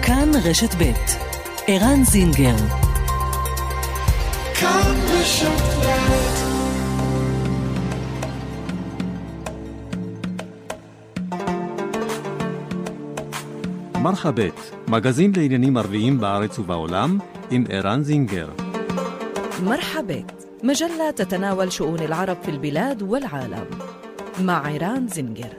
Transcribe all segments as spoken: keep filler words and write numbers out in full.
כאן רשת ב' ערן זינגר. כאן רשת ב'. מרחבת, מגזין לעניינים ערביים בארץ ובעולם עם ערן זינגר. مرحبت مجلة تتناول شؤون العرب في البلاد والعالم مع عران زنجر.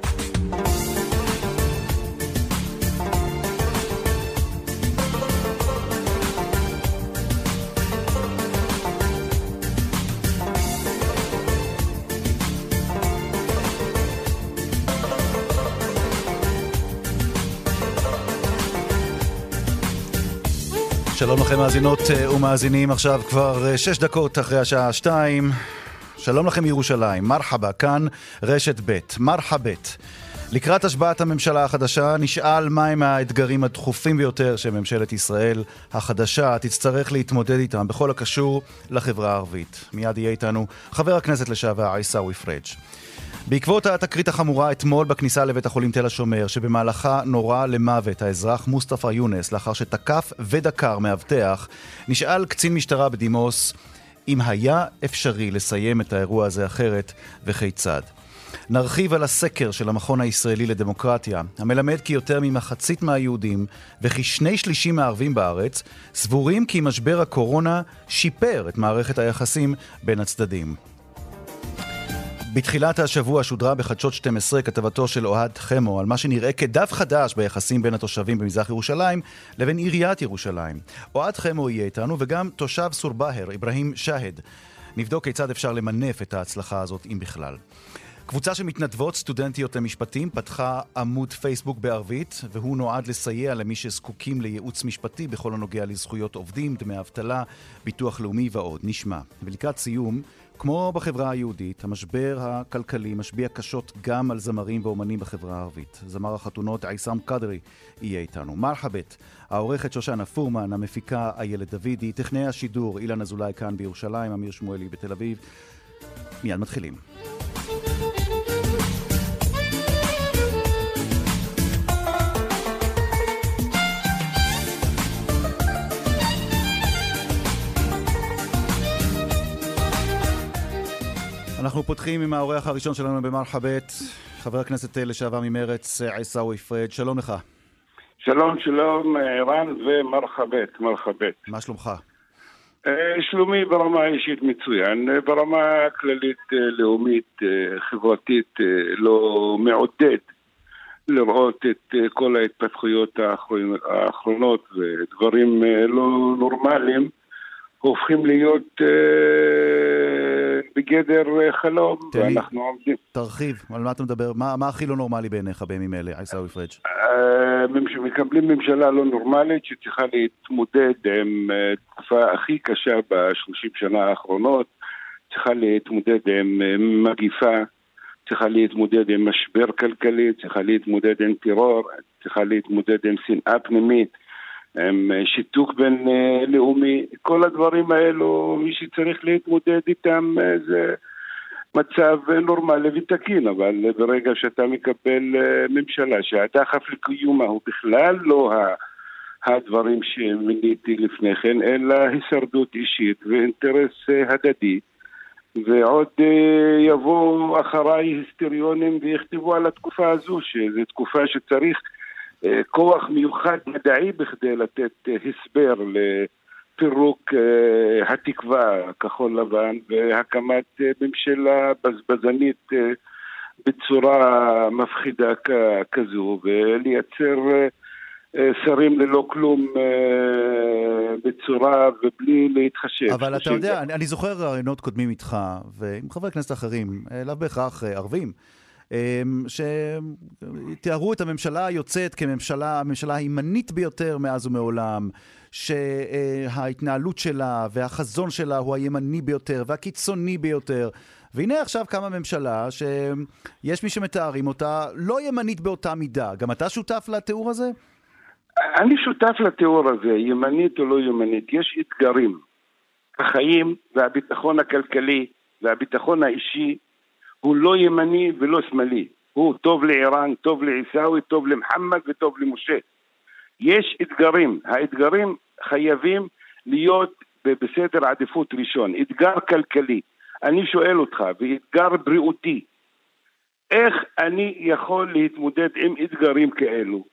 שלום לכם מאזינות ומאזינים, עכשיו כבר שש דקות אחרי השעה שתיים. שלום לכם ירושלים, מרחבה, כאן רשת ב', מרחבת. לקראת השבעת הממשלה החדשה נשאל מהם האתגרים הדחופים ביותר שממשלת ישראל החדשה תצטרך להתמודד איתם בכל הקשור לחברה הערבית. מיד יהיה איתנו חבר הכנסת לשעבר עיסאווי פריג'. בעקבות התקרית החמורה אתמול בכניסה לבית החולים תל השומר, שבמהלכה נורה למוות האזרח מוסטפא יונס לאחר שתקף ודקר מאבטח, נשאל קצין משטרה בדימוס אם היה אפשרי לסיים את האירוע הזה אחרת וכיצד. נרחיב על הסקר של המכון הישראלי לדמוקרטיה, המלמד כי יותר ממחצית מהיהודים וכי שני שלישים מהערבים בארץ סבורים כי משבר הקורונה שיפר את מערכת היחסים בין הצדדים. בתחילת השבוע שודרה בחדשות שתים עשרה כתבתו של אוהד חמו על מה שנראה כדף חדש ביחסים בין התושבים במזרח ירושלים לבין עיריית ירושלים. אוהד חמו יהיה איתנו וגם תושב סורבהר, איברהים שהד. נבדוק כיצד אפשר למנף את ההצלחה הזאת אם בכלל. קבוצה של מתנדבות סטודנטיות למשפטים פתחה עמוד פייסבוק בערבית, והוא נועד לסייע למי שזקוקים לייעוץ משפטי בכל הנוגע לזכויות עובדים, דמי אבטלה, ביטוח לאומי ועוד. נשמע. ולקראת סיום, כמו בחברה היהודית, המשבר הכלכלי משפיע קשות גם על זמרים ואומנים בחברה הערבית. זמר החתונות עיסאם קדרי יהיה איתנו. מרחבת, העורכת שושנה פורמן, המפיקה איילת דוידי, טכנאי השידור אילן אזולאי כאן בירושלים, אמיר שמואלי בתל אביב. מיד מתחילים. אנחנו פותחים עם האורח הראשון שלנו במרחבת, חבר הכנסת לשעבר ממרץ, עיסאווי פריג'. שלום לך. שלום, שלום, ערן ומרחבת, מרחבת. מה שלומך? שלומי ברמה אישית מצוין, ברמה כללית, לאומית, חברתית, לא מעודד לראות את כל ההתפתחויות האחרונות ודברים לא נורמליים הופכים להיות בגדר חלום, ואנחנו עומדים. תרחיב, על מה אתה מדבר? מה, מה הכי לא נורמלי בעיניך בימים אלה, עיסאווי פריג'? מקבלים ממשלה לא נורמלית שצריכה להתמודד עם תקופה הכי קשה בשלושים שנה האחרונות, צריכה להתמודד עם מגיפה, צריכה להתמודד עם משבר כלכלי, צריכה להתמודד עם טרור, צריכה להתמודד עם שנאה פנימית, עם שיתוק בין לאומי. כל הדברים האלו, מי שצריך להתמודד איתם זה מצב נורמלי ותקין, אבל ברגע שאתה מקבל ממשלה שהדחף לקיומה הוא בכלל לא הדברים שמניתי לפני כן, אלא הישרדות אישית ואינטרס הדדי, ועוד יבואו אחריי היסטריונים ויכתבו על התקופה הזו שזו תקופה שצריך כוח מיוחד מדעי בכדי לתת הסבר לפירוק התקווה כחול לבן והקמת ממשלה בזבזנית בצורה מפחידה כזו, ולייצר שרים ללא כלום בצורה ובלי להתחשב. אבל אתה יודע, אני, אני זוכר רעיונות קודמים איתך ועם חברי כנסת אחרים, לא בהכרח ערבים, שתיארו את הממשלה היוצאת כממשלה, הממשלה הימנית ביותר מאז ומעולם, שההתנהלות שלה והחזון שלה הוא הימני ביותר והקיצוני ביותר. והנה עכשיו קמה ממשלה שיש מי שמתארים אותה לא ימנית באותה מידה. גם אתה שותף לתיאור הזה? אני שותף לתיאור הזה, ימנית או לא ימנית. יש אתגרים. החיים והביטחון הכלכלי והביטחון האישי הוא לא ימני ולא שמאלי. הוא טוב לאיראן, טוב לעיסאווי, טוב למחמד וטוב למשה. יש אתגרים, האתגרים חייבים להיות בסדר עדיפות ראשון. אתגר כלכלי, אני שואל אותך, ואתגר בריאותי, איך אני יכול להתמודד עם אתגרים כאלו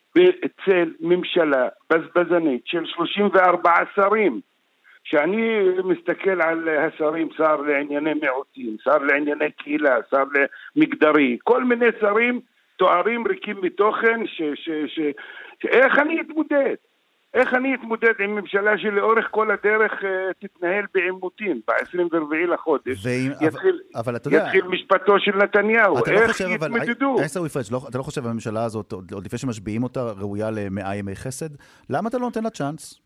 בצל ממשלה בזבזנית של שלושים וארבעה שרים? שאני מסתכל על השרים, שר לענייני מיעוטים, שר לענייני קהילה, שר למגדרי, כל מיני שרים תוארים ריקים מתוכן, ש, ש, ש, ש, איך אני אתמודד? איך אני אתמודד עם ממשלה שלאורך כל הדרך uh, תתנהל בעימותים ב-עשרים וארבעה לחודש? ואם, יתחיל, אבל, אבל אתה יודע, יתחיל משפטו של נתניהו, איך לא חושב, יתמודדו? אבל, עיסאווי פריג', לא, אתה לא חושב הממשלה הזאת, עוד, עוד לפני שמשביעים אותה, ראויה למאה ימי חסד? למה אתה לא נותן לה צ'אנס?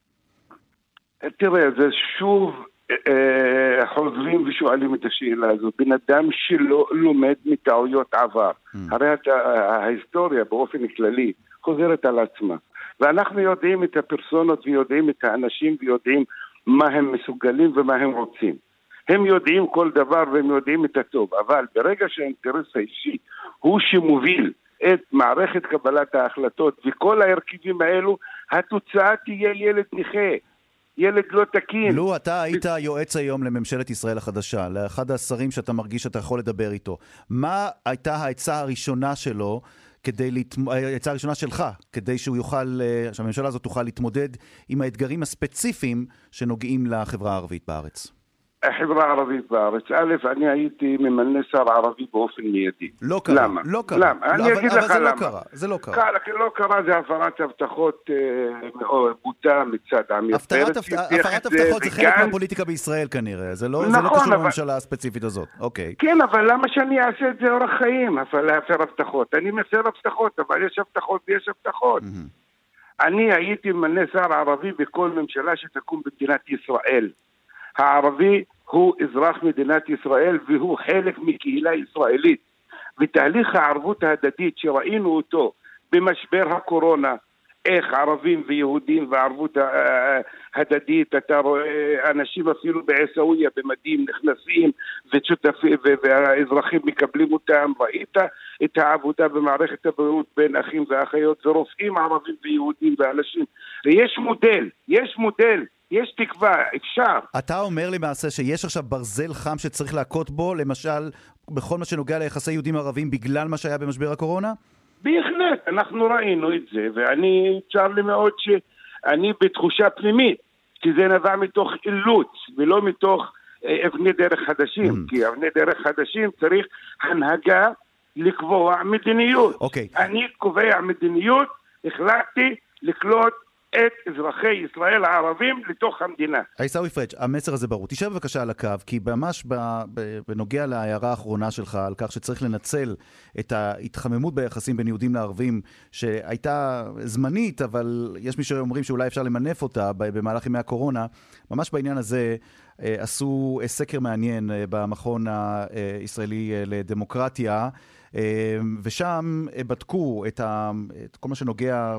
תראה, זה שוב אה, חוזרים ושואלים את השאלה הזאת. בן אדם שלא לומד מטעויות עבר. Mm. הרי ההיסטוריה באופן כללי חוזרת על עצמה. ואנחנו יודעים את הפרסונות ויודעים את האנשים ויודעים מה הם מסוגלים ומה הם רוצים. הם יודעים כל דבר והם יודעים את הטוב. אבל ברגע שהאינטרס האישי הוא שמוביל את מערכת קבלת ההחלטות וכל ההרכיבים האלו, התוצאה תהיה ילד נכה. ילד לא תקין. לו, אתה היית יועץ היום לממשלת ישראל החדשה, לאחד השרים שאתה מרגיש שאתה יכול לדבר איתו. מה הייתה העצה הראשונה שלו, כדי העצה הראשונה שלך, כדי שהוא יוכל, שהממשלה הזאת תוכל להתמודד עם האתגרים הספציפיים שנוגעים לחברה הערבית בארץ? החברה הערבית בארץ. א', אני הייתי ממנה שר ערבי באופן מיידי. לא קרה. למה? לא קרה. למה? לא, אני אבל, אגיד אבל לך זה למה. לא קרה. זה לא קרה. קרה, לא קרה, זה הפרת הבטחות אה, מאוד בוטה מצד עמיר פרץ. הפרת הבטחות זה חלק מהפוליטיקה בישראל כנראה. זה לא, נכון, זה לא קשור אבל... לממשלה הספציפית הזאת. אוקיי. כן, אבל למה שאני אעשה את זה אורח חיים? להפר הבטחות. אני מפר הבטחות, אבל יש הבטחות ויש הבטחות. Mm-hmm. אני הייתי ממנה שר ערבי בכל ממשלה שתקום במדינת ישראל. הערבי הוא אזרח מדינת ישראל והוא חלק מקהילה ישראלית. ותהליך הערבות ההדדית שראינו אותו במשבר הקורונה, איך ערבים ויהודים וערבות ההדדית, אתה רואה אנשים אפילו בעיסאוויה במדים נכנסים ושותפים והאזרחים מקבלים אותם, ראית את העבודה במערכת הבריאות בין אחים ואחיות ורופאים ערבים ויהודים ואנשים, ויש מודל, יש מודל, יש תקווה, אפשר. אתה אומר למעשה שיש עכשיו ברזל חם שצריך להכות בו, למשל בכל מה שנוגע ליחסי יהודים ערבים בגלל מה שהיה במשבר הקורונה? בהחלט, אנחנו ראינו את זה, ואני צר לי מאוד שאני בתחושה פנימית, כי זה נבע מתוך אילוץ, ולא מתוך אה, אבני דרך חדשים, mm. כי אבני דרך חדשים צריך הנהגה לקבוע מדיניות. Okay. אני קובע מדיניות, החלטתי לקלוט את אזרחי ישראל הערבים לתוך המדינה. עיסאווי פריג', המסר הזה ברור. תשאר בבקשה על הקו, כי ממש בנוגע להערה האחרונה שלך על כך שצריך לנצל את ההתחממות ביחסים בין יהודים לערבים, שהייתה זמנית, אבל יש מי שאומרים שאולי אפשר למנף אותה במהלך ימי הקורונה. ממש בעניין הזה עשו סקר מעניין במכון הישראלי לדמוקרטיה, ושם בדקו את, ה, את כל מה שנוגע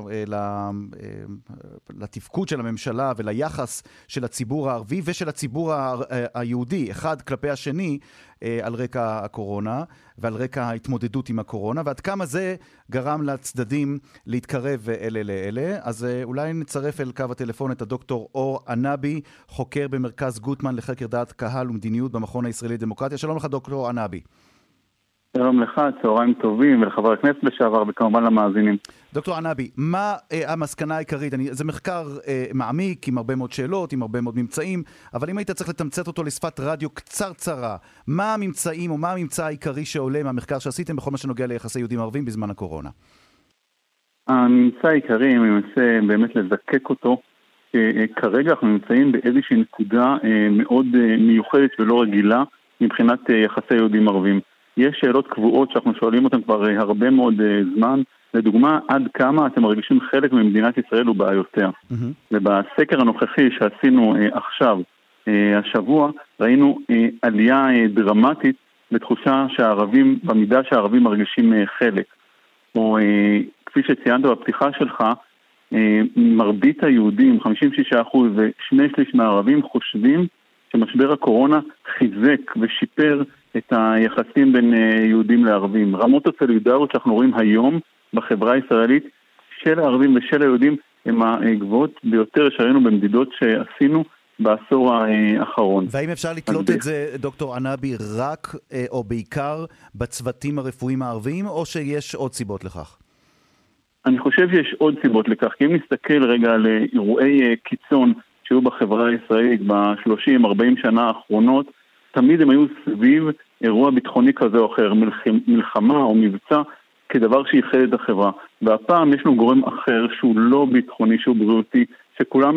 לתפקוד של הממשלה וליחס של הציבור הערבי ושל הציבור היהודי, אחד כלפי השני, על רקע הקורונה ועל רקע ההתמודדות עם הקורונה, ועד כמה זה גרם לצדדים להתקרב אלה לאלה. אז אולי נצרף אל קו הטלפון את הדוקטור אור ענבי, חוקר במרכז גוטמן לחקר דעת קהל ומדיניות במכון הישראלי לדמוקרטיה. שלום לך דוקטור ענבי. שלום לך, צהריים טובים, ולחבר הכנסת לשעבר, וכמובן למאזינים. דוקטור ענבי, מה אה, המסקנה העיקרית? אני, זה מחקר אה, מעמיק, עם הרבה מאוד שאלות, עם הרבה מאוד ממצאים, אבל אם היית צריך לתמצת אותו לשפת רדיו קצרצרה, מה הממצאים או מה הממצא העיקרי שעולה מהמחקר שעשיתם בכל מה שנוגע ליחסי יהודים ערבים בזמן הקורונה? הממצא העיקרי, אני מנסה באמת לזקק אותו, אה, כרגע אנחנו נמצאים באיזושהי נקודה אה, מאוד אה, מיוחדת ולא רגילה, מבחינת אה, יחסי יהודים ערבים. יש שאלות קבועות שאנחנו שואלים אותן כבר הרבה מאוד זמן. לדוגמה, עד כמה אתם מרגישים חלק ממדינת ישראל ובעיותיה. Mm-hmm. ובסקר הנוכחי שעשינו עכשיו, השבוע, ראינו עלייה דרמטית בתחושה שהערבים, במידה שהערבים מרגישים חלק. או כפי שציינת בפתיחה שלך, מרבית היהודים, חמישים ושישה אחוז ושני שליש מהערבים, חושבים שמשבר הקורונה חיזק ושיפר את היחסים בין יהודים לערבים. רמות הסולידריות שאנחנו רואים היום בחברה הישראלית של הערבים ושל היהודים הם הגבוהות ביותר שראינו במדידות שעשינו בעשור האחרון. והאם אפשר לתלות את זה, דוקטור ענבי, רק או בעיקר בצוותים הרפואיים הערביים, או שיש עוד סיבות לכך? אני חושב שיש עוד סיבות לכך, כי אם נסתכל רגע על אירועי קיצון שהיו בחברה הישראלית ב-שלושים ארבעים שנה האחרונות, תמיד הם היו סביב אירוע ביטחוני כזה או אחר, מלחמה או מבצע, כדבר שיחד את החברה. והפעם יש לנו גורם אחר שהוא לא ביטחוני, שהוא בריאותי, שכולם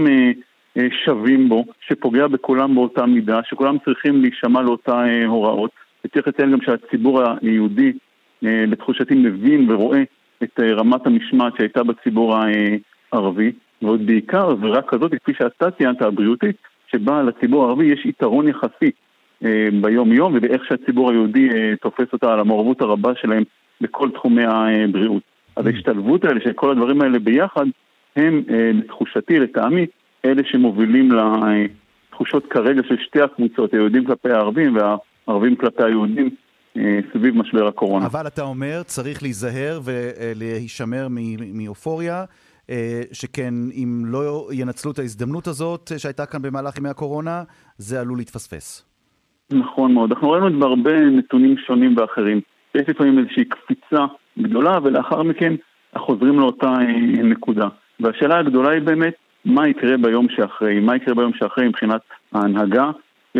שווים בו, שפוגע בכולם באותה מידה, שכולם צריכים להישמע לאותה הוראות. וצריך לציין גם שהציבור היהודי, בתחושתי, מבין ורואה את רמת המשמעת שהייתה בציבור הערבי, ועוד בעיקר ורק כזאת, כפי שאתה ציינת, הבריאותית, שבה לציבור הערבי יש יתרון יחסי ביום יום, ובאיך שהציבור היהודי תופס אותה על המעורבות הרבה שלהם בכל תחומי הבריאות. אז ההשתלבות האלה של כל הדברים האלה ביחד, הם לתחושתי, לטעמי, אלה שמובילים לתחושות כרגע של שתי הקבוצות, היהודים כלפי הערבים והערבים כלפי היהודים, סביב משבר הקורונה. אבל אתה אומר, צריך להיזהר ולהישמר מאופוריה, שכן אם לא ינצלו את ההזדמנות הזאת שהייתה כאן במהלך ימי הקורונה, זה עלול להתפספס. נכון מאוד. אנחנו ראינו את זה בהרבה נתונים שונים ואחרים. יש לפעמים איזושהי קפיצה גדולה, ולאחר מכן חוזרים לאותה נקודה. והשאלה הגדולה היא באמת, מה יקרה ביום שאחרי? מה יקרה ביום שאחרי מבחינת ההנהגה,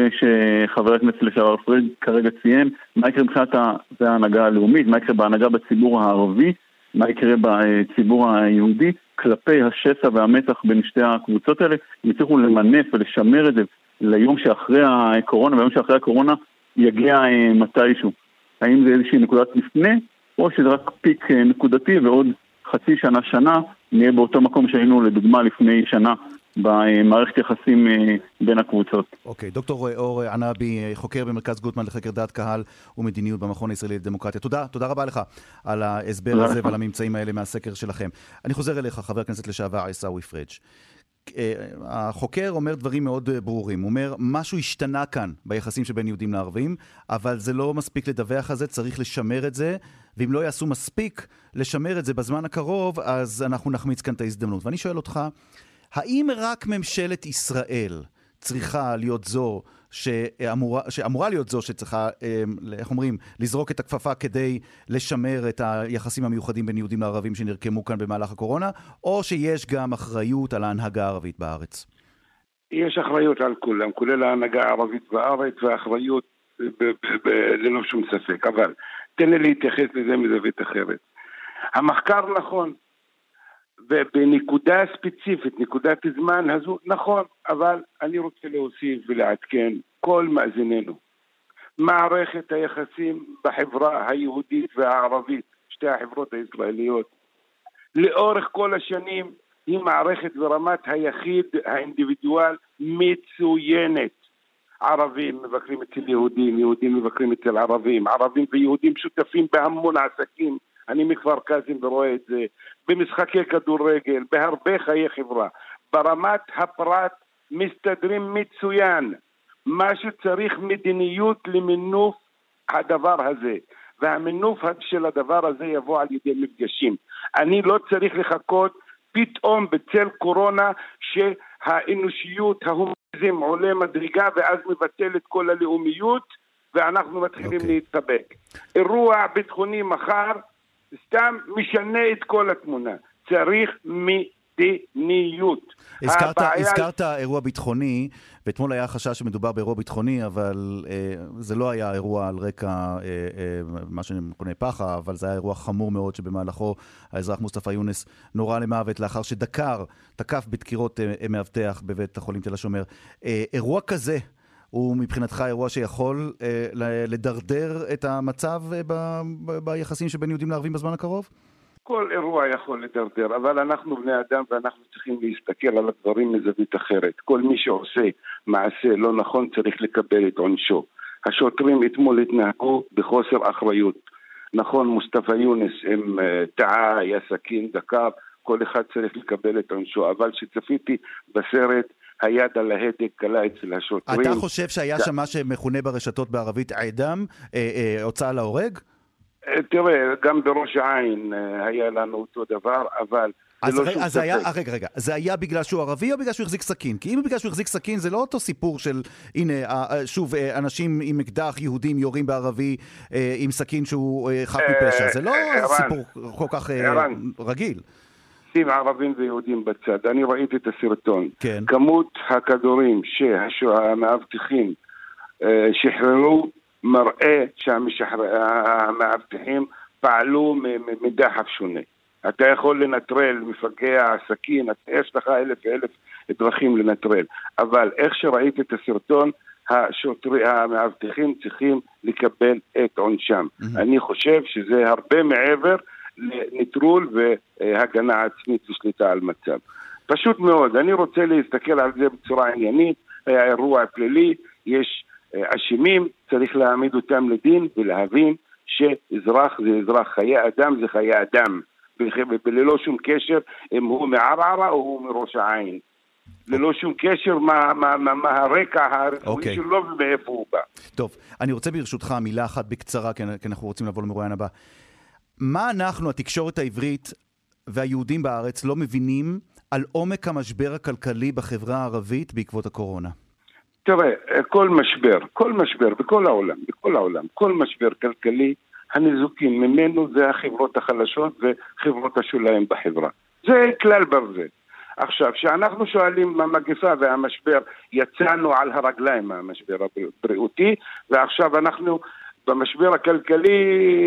שחבר הכנסת לשעבר פריג' כרגע ציין, מה יקרה מבחינת ההנהגה הלאומית, מה יקרה בהנהגה בציבור הערבי, מה יקרה בציבור היהודי, כלפי השסע והמתח בין שתי הקבוצות האלה, הם יצטרכו למנף ולשמר את זה ליום שאחרי הקורונה, והיום שאחרי הקורונה יגיע מתישהו. האם זה איזושהי נקודת לפני, או שזה רק פיק נקודתי, ועוד חצי שנה, שנה, נהיה באותו מקום שהיינו לדוגמה לפני שנה, במערכת יחסים בין הקבוצות. אוקיי, דוקטור אור ענבי, חוקר במרכז גוטמן לחקר דעת קהל ומדיניות במכון הישראלי לדמוקרטיה. תודה, תודה רבה לך על ההסבר הזה ועל הממצאים האלה מהסקר שלכם. אני חוזר אליך, חבר הכנסת לשעבר עיסאווי פריג'. החוקר אומר דברים מאוד ברורים. הוא אומר, משהו השתנה כאן ביחסים שבין יהודים לערבים, אבל זה לא מספיק לדווח על זה, צריך לשמר את זה, ואם לא יעשו מספיק לשמר את זה בזמן הקרוב, אז אנחנו נחמיץ כאן את ההזדמנות. ואני שואל אותך, האם רק ממשלת ישראל צריכה להיות זו שאמורה, שאמורה להיות זו שצריכה, איך אומרים, לזרוק את הכפפה כדי לשמר את היחסים המיוחדים בין יהודים לערבים שנרקמו כאן במהלך הקורונה, או שיש גם אחריות על ההנהגה הערבית בארץ? יש אחריות על כולם, כולל ההנהגה הערבית בארץ, והאחריות ללא שום ספק. אבל תן לי להתייחס לזה מזווית אחרת. המחקר נכון, ובנקודה ספציפית, נקודת זמן הזו, נכון, אבל אני רוצה להוסיף ולעדכן כל מאזיננו. מערכת היחסים בחברה היהודית והערבית, שתי החברות הישראליות, לאורך כל השנים היא מערכת ברמת היחיד, האינדיבידואל, מצוינת. ערבים מבקרים אצל יהודים, יהודים מבקרים אצל ערבים, ערבים ויהודים שותפים בהמון עסקים, אני מכפר קאזם ורואה את זה, במשחקי כדורגל, בהרבה חיי חברה. ברמת הפרט מסתדרים מצוין. מה שצריך מדיניות למינוף הדבר הזה. והמינוף של הדבר הזה יבוא על ידי מפגשים. אני לא צריך לחכות פתאום בצל קורונה שהאנושיות, ההומניזם עולה מדרגה ואז מבטל את כל הלאומיות ואנחנו מתחילים okay. להתחבק. אירוע ביטחוני מחר סתם משנה את כל התמונה. צריך מדיניות. הזכרת, הבעיה... הזכרת אירוע ביטחוני, ואתמול היה חשש שמדובר באירוע ביטחוני, אבל אה, זה לא היה אירוע על רקע אה, אה, מה שמכונה פחה, אבל זה היה אירוע חמור מאוד שבמהלכו האזרח מוסטפא יונס נורה למוות לאחר שדקר, תקף בדקירות אה, מאבטח בבית החולים תל השומר. אה, אירוע כזה, הוא מבחינתך אירוע שיכול אה, לדרדר את המצב אה, ב, ב, ביחסים שבין יהודים לערבים בזמן הקרוב? כל אירוע יכול לדרדר, אבל אנחנו בני אדם ואנחנו צריכים להסתכל על הדברים מזווית אחרת. כל מי שעושה מעשה לא נכון צריך לקבל את עונשו. השוטרים אתמול התנהגו בחוסר אחריות. נכון, מוסטפא יונס עם טעה, היה סכין, דקר, כל אחד צריך לקבל את עונשו, אבל שצפיתי בסרט, היד על ההדק קלה אצל השוטרים. אתה חושב שהיה שם מה שמכונה ברשתות בערבית עדם, הוצאה להורג? תראה, גם בראש העין היה לנו אותו דבר, אבל אז, רגע, אז היה, רגע, רגע, זה היה בגלל שהוא ערבי או בגלל שהוא החזיק סכין? כי אם בגלל שהוא החזיק סכין זה לא אותו סיפור של, הנה, שוב, אנשים עם אקדח יהודים יורים בערבי עם סכין שהוא חף מפשע. זה לא סיפור כל כך רגיל. שים ערבים ויהודים בצד. אני ראיתי את הסרטון. כן. כמות הכדורים שהמאבטחים שחררו מראה שהמאבטחים פעלו מדחף שונה. אתה יכול לנטרל מפגע סכין, יש לך אלף ואלף דרכים לנטרל. אבל איך שראיתי את הסרטון, השוטרי, המאבטחים צריכים לקבל את עונשם. Mm-hmm. אני חושב שזה הרבה מעבר לנטרול והגנה עצמית ושליטה על מצב. פשוט מאוד, אני רוצה להסתכל על זה בצורה עניינית, היה אירוע פלילי, יש אשמים, צריך להעמיד אותם לדין ולהבין שאזרח זה אזרח, חיי אדם זה חיי אדם, ללא שום קשר אם הוא מערערה או הוא מראש העין. ללא שום קשר מה, מה, מה, מה הרקע הרפואי okay. שלו ומאיפה הוא בא. טוב, אני רוצה ברשותך מילה אחת בקצרה, כי אנחנו רוצים לבוא למרואיין הבא. מה אנחנו, התקשורת העברית והיהודים בארץ, לא מבינים על עומק המשבר הכלכלי בחברה הערבית בעקבות הקורונה? תראה, כל משבר, כל משבר בכל העולם, בכל העולם, כל משבר כלכלי, הניזוקים ממנו זה החברות החלשות וחברות השוליים בחברה. זה כלל ברזל. עכשיו, שאנחנו שואלים המגפה והמשבר, יצאנו על הרגליים מהמשבר הבריאותי, ועכשיו אנחנו במשבר הכלכלי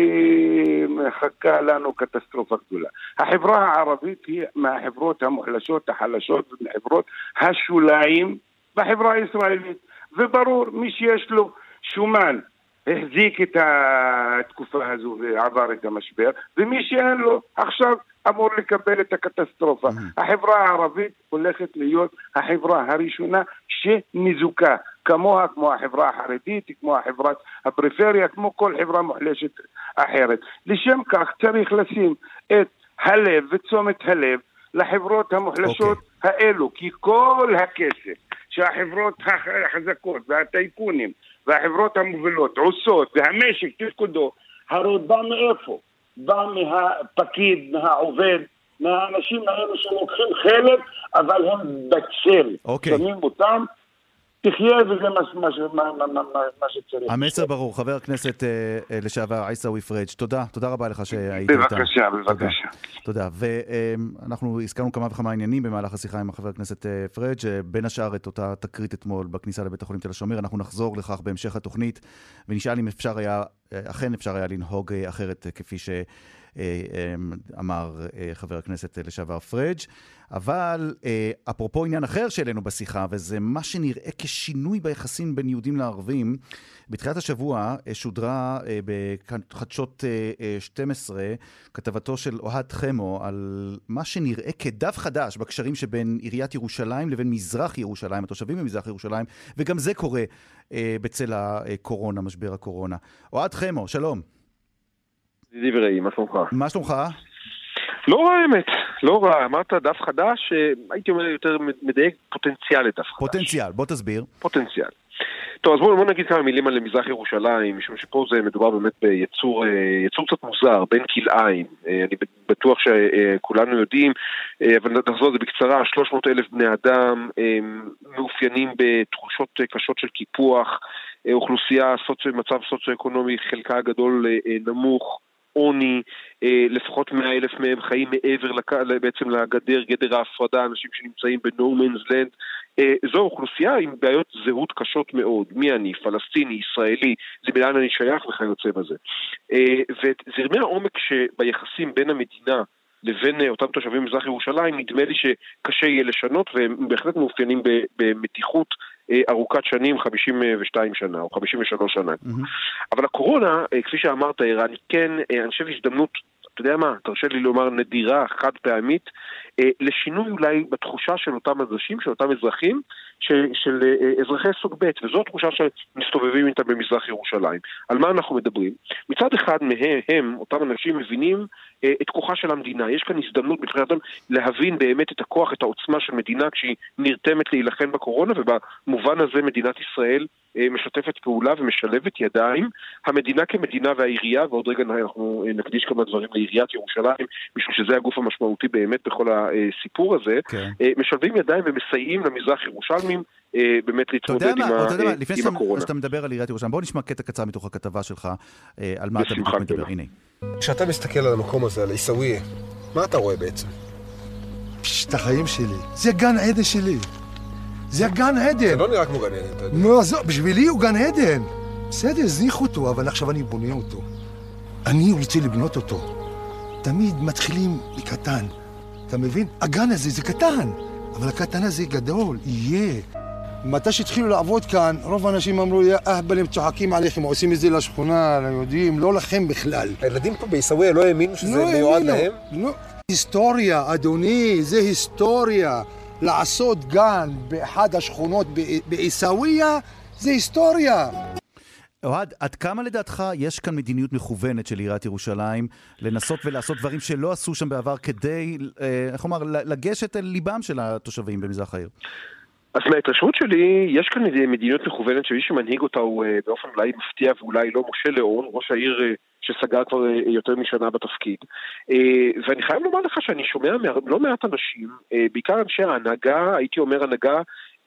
מחכה לנו קטסטרופה גדולה. החברה הערבית היא מהחברות המוחלשות, החלשות, ומחברות השוליים בחברה הישראלית. וברור, מי שיש לו שומן, החזיק את התקופה הזו ועבר את המשבר, ומי שאין לו עכשיו אמור לקבל את הקטסטרופה. Mm-hmm. החברה הערבית הולכת להיות החברה הראשונה שניזוקה, כמוה כמו החברה החרדית, כמו החברה הפריפריה, כמו כל חברה מוחלשת אחרת. לשם כך צריך לשים את הלב ותשומת הלב לחברות המוחלשות okay. האלו, כי כל הכסף שהחברות החזקות והטייקונים והחברות המובילות עושות והמשק תפקודו, הרי בא מאיפה? בא מהפקיד, מהעובד, מהאנשים האלו שלוקחים חלק, אבל הם בצל. אוקיי. שמים אותם, תחיה וזה מה, מה, מה, מה, מה שצריך. המסר ברור. חבר הכנסת אה, לשעבר עיסאווי פריג', תודה. תודה רבה לך שהיית איתנו. בבקשה, בבקשה. תודה. ואנחנו הזכרנו כמה וכמה עניינים במהלך השיחה עם חבר הכנסת פריג', בין השאר את אותה תקרית אתמול בכניסה לבית החולים תל השומר. אנחנו נחזור לכך בהמשך התוכנית, ונשאל אם אפשר היה, אכן אפשר היה לנהוג אחרת כפי ש... אמר חבר הכנסת לשעבר פריג'. אבל אפרופו עניין אחר שלנו בשיחה, וזה מה שנראה כשינוי ביחסים בין יהודים לערבים, בתחילת השבוע שודרה בחדשות שתים עשרה כתבתו של אוהד חמו על מה שנראה כדף חדש בקשרים שבין עיריית ירושלים לבין מזרח ירושלים, התושבים במזרח ירושלים, וגם זה קורה בצל הקורונה, משבר הקורונה. אוהד חמו, שלום. דברי, מה שלומך? מה שלומך? לא רע האמת, לא רע. אמרת דף חדש, הייתי אומר יותר מדייק פוטנציאל לדף חדש. פוטנציאל, בוא תסביר. פוטנציאל. טוב, אז בואו בוא נגיד כמה מילים על מזרח ירושלים, משום שפה זה מדובר באמת ביצור יצור קצת מוזר, בין כלאיים. אני בטוח שכולנו יודעים, אבל נחזור את זה בקצרה, שלוש מאות אלף בני אדם מאופיינים בתחושות קשות של קיפוח, אוכלוסייה, סוצio, מצב סוציו-אקונומי, חלקה הגדול נמוך, עוני, לפחות מאה אלף מהם חיים מעבר בעצם לגדר, גדר ההפרדה, אנשים שנמצאים ב-No Man's Land. זו אוכלוסייה עם בעיות זהות קשות מאוד, מי אני, פלסטיני, ישראלי, למילן אני שייך וכיוצא בזה. וזרמי העומק שביחסים בין המדינה לבין אותם תושבים במזרח ירושלים, נדמה לי שקשה יהיה לשנות, והם בהחלט מאופיינים במתיחות ארוכת שנים, חמישים ושתיים שנה, או חמישים ושלוש שנה. Mm-hmm. אבל הקורונה, כפי שאמרת, אירן, כן, אני חושב הזדמנות, אתה יודע מה, תרשה לי לומר נדירה, חד פעמית, לשינוי אולי בתחושה של אותם אנשים, של אותם אזרחים, של, של אזרחי סוג ב', וזו תחושה שמסתובבים איתם במזרח ירושלים. על מה אנחנו מדברים? מצד אחד מהם, אותם אנשים מבינים את כוחה של המדינה. יש כאן הזדמנות מבחינתם להבין באמת את הכוח, את העוצמה של מדינה כשהיא נרתמת להילחם בקורונה, ובמובן הזה מדינת ישראל משתפת פעולה ומשלבת ידיים. המדינה כמדינה והעירייה, ועוד רגע אנחנו נקדיש כמה דברים לעיריית ירושלים, משום שזה הגוף המשמעותי באמת בכל הסיפור הזה, כן. משלבים ידיים ומסייעים למזרח ירושלמים באמת להתמודד עם, מה, עם הקורונה. לפני שאתה מדבר על עיריית ירושלים, בואו נשמע קטע קצר מתוך הכתבה שלך, על מה אתה בדיוק מדבר. הנה. כשאתה מסתכל על המקום הזה, על עיסאוויה, מה אתה רואה בעצם? פשט החיים שלי. זה גן עדן שלי. זה גן עדן. זה לא נראה כמו גן עדן, אתה יודע. לא, זו, בשבילי הוא גן עדן. בסדר, זניח אותו, אבל עכשיו אני בונה אותו. אני רוצה לבנות אותו. תמיד מתחילים מקטן. אתה מבין? הגן הזה זה קטן, אבל הקטן הזה גדול, יהיה. מתי שהתחילו לעבוד כאן, רוב האנשים אמרו, יא אהבלים, צוחקים עליכם, עושים את זה לשכונה, ליהודים, לא לכם בכלל. הילדים פה בעיסאוויה לא האמינו שזה לא מיועד להם? לא. היסטוריה, אדוני, זה היסטוריה. לעשות גן באחד השכונות בעיסאוויה, זה היסטוריה. אוהד, עד כמה לדעתך יש כאן מדיניות מכוונת של עיריית ירושלים לנסות ולעשות דברים שלא עשו שם בעבר כדי, איך אומר, לגשת אל ליבם של התושבים במזרח העיר? אז מההתרשמות שלי, יש כאן מדיניות מכוונת שמי שמנהיג אותה הוא באופן אולי מפתיע ואולי לא משה ליאון, ראש העיר שסגר כבר יותר משנה בתפקיד. ואני חייב לומר לך שאני שומע לא מעט אנשים, בעיקר אנשי ההנהגה, הייתי אומר הנהגה,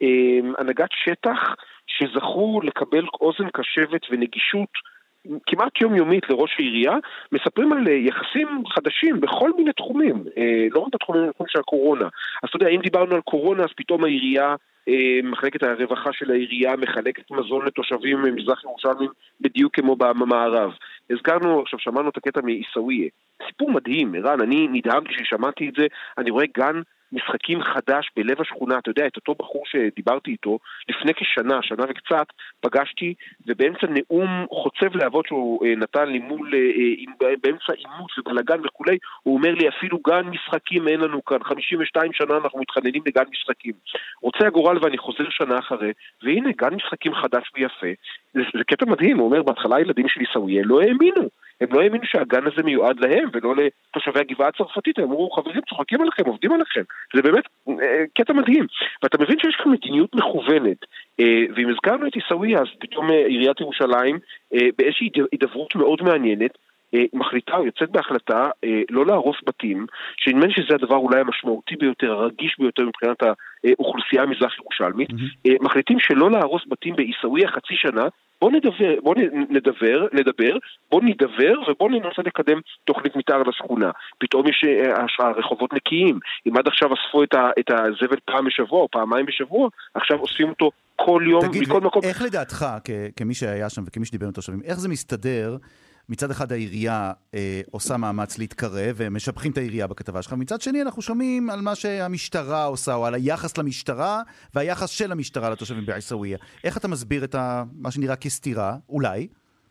הנהגת שטח שזכו לקבל אוזן קשבת ונגישות כמעט יומיומית לראש העירייה, מספרים על יחסים חדשים בכל מיני תחומים, לא רק בתחומים של הקורונה. אז אתה יודע, אם דיברנו על קורונה, אז פתאום העירייה, מחלקת הרווחה של העירייה מחלקת מזון לתושבים ממזרח ירושלים בדיוק כמו במערב. הזכרנו, עכשיו שמענו את הקטע מעיסאוויה. סיפור מדהים, ערן, אני נדהמתי ששמעתי את זה, אני רואה גן משחקים חדש בלב השכונה, אתה יודע, את אותו בחור שדיברתי איתו, לפני כשנה, שנה וקצת, פגשתי, ובאמצע נאום חוצב להבות שהוא נתן לי מול, באמצע אימוץ ובלגן וכולי, הוא אומר לי, אפילו גן משחקים אין לנו כאן, חמישים ושתיים שנה אנחנו מתחננים לגן משחקים. רוצה הגורל ואני חוזר שנה אחרי, והנה, גן משחקים חדש ויפה, זה, זה קטע מדהים, הוא אומר, בהתחלה הילדים של עיסאוויה לא האמינו, הם לא האמינו שהגן הזה מיועד להם, ולא לתושבי הגבעה הצרפתית, הם אמרו, חברים, צוחקים עליכם, עובדים עליכם. זה באמת קטע מדהים. ואתה מבין שיש כאן מדיניות מכוונת, ואם הזכרנו את עיסאוויה, אז פתאום עיריית ירושלים, באיזושהי הידברות מאוד מעניינת, מחליטה או יוצאת בהחלטה לא להרוס בתים, שנדמה שזה הדבר אולי המשמעותי ביותר, הרגיש ביותר מבחינת האוכלוסייה המזרח ירושלמית, מחליטים שלא להרוס בתים בעיסאוויה חצי שנה, בוא נדבר, בוא נדבר, נדבר, בוא נדבר ובוא ננסה לקדם תוכנית מתאר לשכונה. פתאום יש הרחובות נקיים. אם עד עכשיו אספו את, ה, את הזבל פעם בשבוע או פעמיים בשבוע, עכשיו אוספים אותו כל יום תגיד, מכל מקום. איך לדעתך, כ- כמי שהיה שם וכמי שדיבר עם תושבים, איך זה מסתדר? מצד אחד העירייה אה, עושה מאמץ להתקרב, ומשבחים את העירייה בכתבה שלך, ומצד שני אנחנו שומעים על מה שהמשטרה עושה, או על היחס למשטרה, והיחס של המשטרה לתושבים בעיסאוויה. איך אתה מסביר את ה, מה שנראה כסתירה, אולי?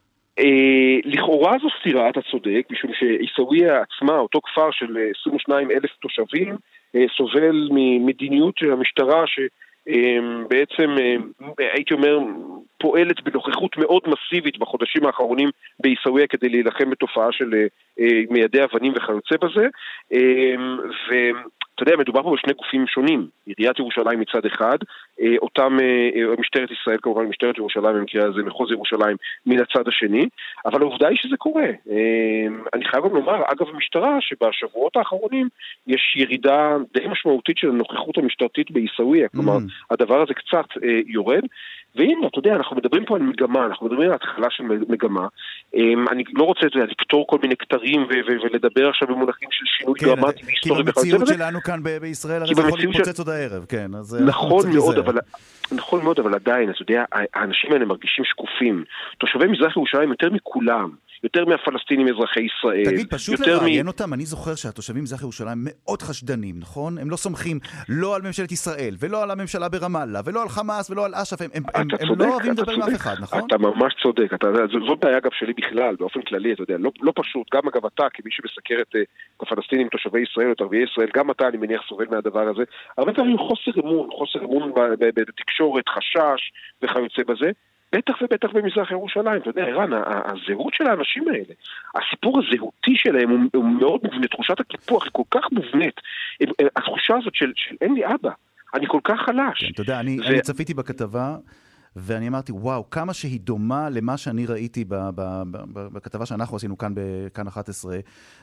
אה, לכאורה זו סתירה, אתה צודק, משום שעיסאוויה עצמה, אותו כפר של עשרים ושניים אלף תושבים, אה, סובל ממדיניות של המשטרה ש... בעצם הייתי אומר פועלת בנוכחות מאוד מסיבית בחודשים האחרונים בעיסאוויה כדי להילחם בתופעה של מיידי אבנים וכיוצא בזה, ואתה יודע, מדובר פה בשני גופים שונים, עיריית ירושלים מצד אחד, אותם משטרת ישראל כמובן, משטרת ירושלים במקרה הזה, מחוז ירושלים מן הצד השני, אבל העובדה היא שזה קורה. אני חייב גם לומר, אגב המשטרה, שבשבועות האחרונים יש ירידה די משמעותית של הנוכחות המשטרתית בעיסאוויה, כלומר הדבר הזה קצת יורד, והנה, אתה יודע, אנחנו מדברים פה על מגמה, אנחנו מדברים על התחלה של מגמה, אני לא רוצה לפתור כל מיני כתרים ולדבר עכשיו במונחים של שינוי דרמטי והיסטורי. כי במציאות שלנו כאן בישראל, הרי זה יכול להתפוצץ עוד הערב, כן. נכון מאוד, אבל נכון מאוד, אבל עדיין, אתה יודע, האנשים האלה מרגישים שקופים. תושבי מזרח ירושלים יותר מכולם, יותר מהפלסטינים אזרחי ישראל. תגיד, פשוט לראיין מ... אותם, אני זוכר שהתושבים במזרח ירושלים מאוד חשדנים, נכון? הם לא סומכים לא על ממשלת ישראל, ולא על הממשלה ברמאללה, ולא על חמאס, ולא על אש"ף, הם, הם, הם, הם לא אוהבים לדבר עם אף אחד, נכון? אתה ממש צודק, אתה, זאת בעיה אגב שלי בכלל, באופן כללי, אתה יודע, לא, לא פשוט, גם אגב אתה, כמי שמסקר את הפלסטינים, תושבי ישראל, את ערביי ישראל, גם אתה, אני מניח, סובל מהדבר הזה. הרבה פעמים חוסר אמון, חוסר אמון בתקשורת, חשש וכיוצא בזה, בטח ובטח במזרח ירושלים. אתה יודע, איראן, הזהות של האנשים האלה, הסיפור הזהותי שלהם הוא, הוא מאוד מובנה, תחושת הקיפוח היא כל כך מובנית, התחושה הזאת של, של אין לי אבא, אני כל כך חלש. כן, אתה יודע, אני, ו... אני צפיתי בכתבה, ואני אמרתי, וואו, כמה שהיא דומה למה שאני ראיתי ב- ב- ב- בכתבה שאנחנו עשינו כאן בכאן אחת עשרה,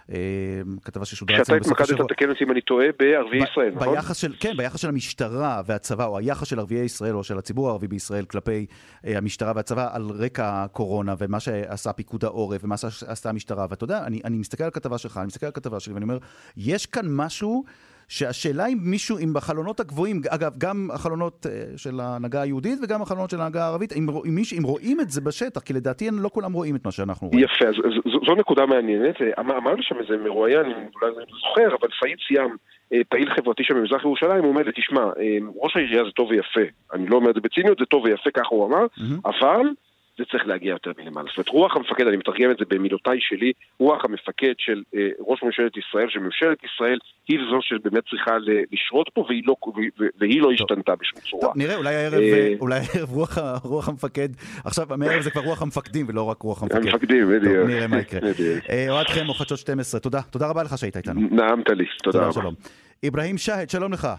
כתבה ששודרה אצלנו בסוף השבוע. שאתה התמקדת, תקן אותי אם אני טועה, בערביי ישראל, נכון? ביחס של, כן, ביחס של המשטרה והצבא, או היחס של ערביי ישראל, או של הציבור הערבי בישראל, כלפי המשטרה והצבא, על רקע הקורונה, ומה שעשה פיקוד העורף, ומה שעשתה המשטרה. ואתה יודע, אני, אני מסתכל על הכתבה שלך, אני מסתכל על הכתבה שלי, ואני אומר, יש כאן משהו שהשאלה אם מישהו, אם בחלונות הגבוהים, אגב, גם החלונות של ההנהגה היהודית וגם החלונות של ההנהגה הערבית, אם, אם, מישהו, אם רואים את זה בשטח, כי לדעתי לא כולם רואים את מה שאנחנו רואים. יפה, אז, זו, זו נקודה מעניינת. אמר לי שם איזה מרואיין, אני אולי לא זוכר, אבל פאיד סיאם, פעיל חברתי שם במזרח ירושלים, הוא אומר לי, תשמע, ראש העירייה זה טוב ויפה. אני לא אומר את זה בציניות, זה טוב ויפה, ככה הוא אמר, mm-hmm. אבל זה צריך להגיע יותר מלמעלה. זאת אומרת, רוח המפקד, אני מתרגם את זה במילותיי שלי, רוח המפקד של אה, ראש ממשלת ישראל, שממשלת ישראל היא זו שבאמת צריכה לשרות פה, והיא לא, והיא לא השתנתה בשום צורה. טוב, נראה, אולי הערב, אה... אולי הערב רוח, רוח המפקד, עכשיו, מהערב זה כבר רוח המפקדים, ולא רק רוח המפקד. המפקדים, בדיוק. טוב, נראה מה יקרה. אוהד חמו, חדשות שתים עשרה, תודה. תודה רבה לך שהיית איתנו. נעמת לי, תודה, תודה רבה. שלום. איברהים שהד, שלום לך.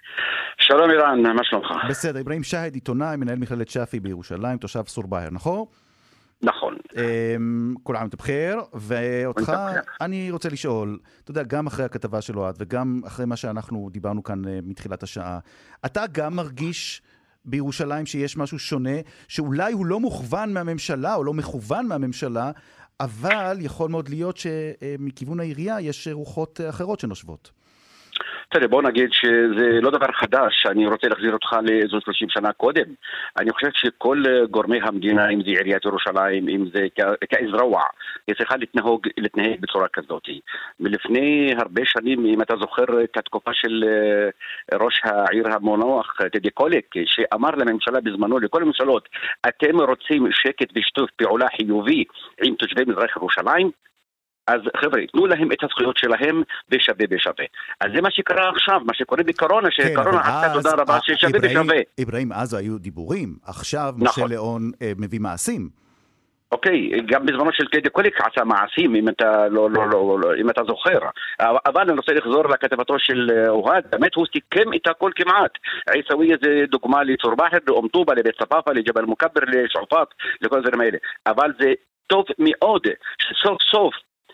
שלום אירן, מה שלומך? בסדר, איברהים שהד, עיתונאי, מנהל מכללת שפי בירושלים, תושב סורבאהר, נכון? נכון. כל עام בخير, ואותך אני רוצה לשאול, אתה יודע, גם אחרי הכתבה של אוהד, וגם אחרי מה שאנחנו דיברנו כאן מתחילת השעה, אתה גם מרגיש בירושלים שיש משהו שונה, שאולי הוא לא מוכוון מהממשלה, או לא מכוון מהממשלה, אבל יכול מאוד להיות שמכיוון העירייה יש רוחות אחרות שנושבות. תראה, בוא נגיד שזה לא דבר חדש, אני רוצה להחזיר אותך לאיזו שלושים שנה קודם. אני חושב שכל גורמי המדינה, אם זה עיריית ירושלים, אם זה כאזרוע, היא צריכה להתנהג, להתנהג בצורה כזאת. מלפני הרבה שנים, אם אתה זוכר את התקופה של ראש העיר המונוח, טדי קולק, שאמר לממשלה בזמנו, לכל הממשלות, אתם רוצים שקט ושיתוף פעולה חיובי עם תושבי מזרח ירושלים? אז חבר'ה, תנו להם את הזכויות שלהם בשווה בשווה. אז זה מה שקרה עכשיו, מה שקורה בקורונה, שקורונה עשתה תודה רבה ששווה בשווה. איברהים, אז היו דיבורים, עכשיו משה ליאון מביא מעשים. אוקיי, גם בזמנו של טדי קולק עשה מעשים, אם אתה לא, לא, לא, לא, אם אתה זוכר. אבל אני רוצה לחזור לכתבתו של אוהד, באמת הוא סיכם את הכל כמעט. עיסאוויה זה דוגמה לסורבאהר, לאום טובא, לבית צפאפא, לג'בל מוכבר, לשועפאט, לכל הדברים האלה. אבל זה טוב מאוד שסוף סוף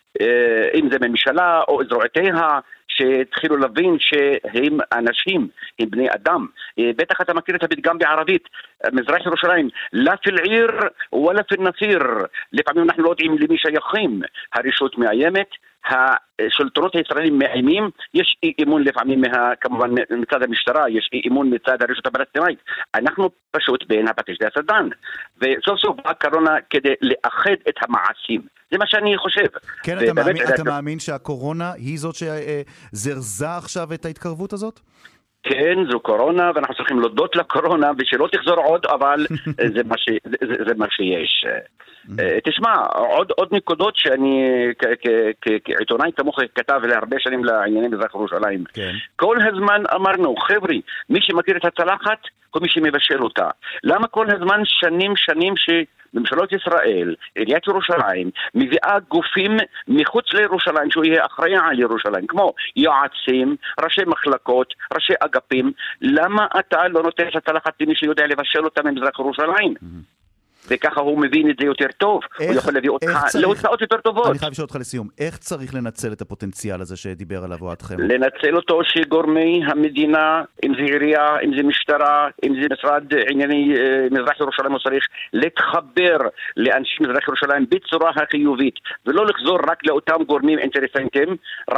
אם זה ממשלה או אזרועותיה שהתחילו להבין שהם אנשים, הם בני אדם. בטח אתה מכיר את הפתגם בערבית, מזרח ירושלים, לא פיל עיר ולא פיל נסיר. לפעמים אנחנו לא יודעים למי שייכים. הרשות מאיימת, השלטונות הישראלים מאיימים, יש אי אימון לפעמים מה, כמובן מצד המשטרה, יש אי אימון מצד הרשות הפלסטינאית. אנחנו פשוט בין הפטיש והסדן. וסוף סוף באה קורונה כדי לאחד את המעשים. זה מה שאני חושב. כן, אתה מאמין, אתה מאמין שהקורונה היא זאת שזרזה עכשיו את ההתקרבות הזאת? כן, זו קורונה, ואנחנו צריכים להודות לקורונה, ושלא תחזור עוד, אבל זה מה ש, זה, זה מה שיש. תשמע, עוד, עוד נקודות שאני כעיתונאי כמוך כתב להרבה שנים לענייני מזרח ירושלים. כל הזמן אמרנו, חבר'ה, מי שמכיר את הצלחת, הוא מי שמבשל אותה. למה כל הזמן שנים שנים ש... ממשלות ישראל, עיריית ירושלים, מביאה גופים מחוץ לירושלים, שהוא יהיה אחראי על ירושלים, כמו יועצים, ראשי מחלקות, ראשי אגפים. למה אתה לא נותן את הצלחת למי שיודע לבשל אותה ממזרח ירושלים? וככה הוא מבין את זה יותר טוב, איך, הוא יכול להביא אותך להוצאות יותר טובות. אני חייב לשאול אותך לסיום, איך צריך לנצל את הפוטנציאל הזה שדיבר עליו אוהדכם? לנצל אותו שגורמי המדינה, אם זה עירייה, אם זה משטרה, אם זה משרד ענייני מזרח ירושלים, הוא צריך להתחבר לאנשי מזרח ירושלים בצורה החיובית, ולא לחזור רק לאותם גורמים אינטרסנטים, רק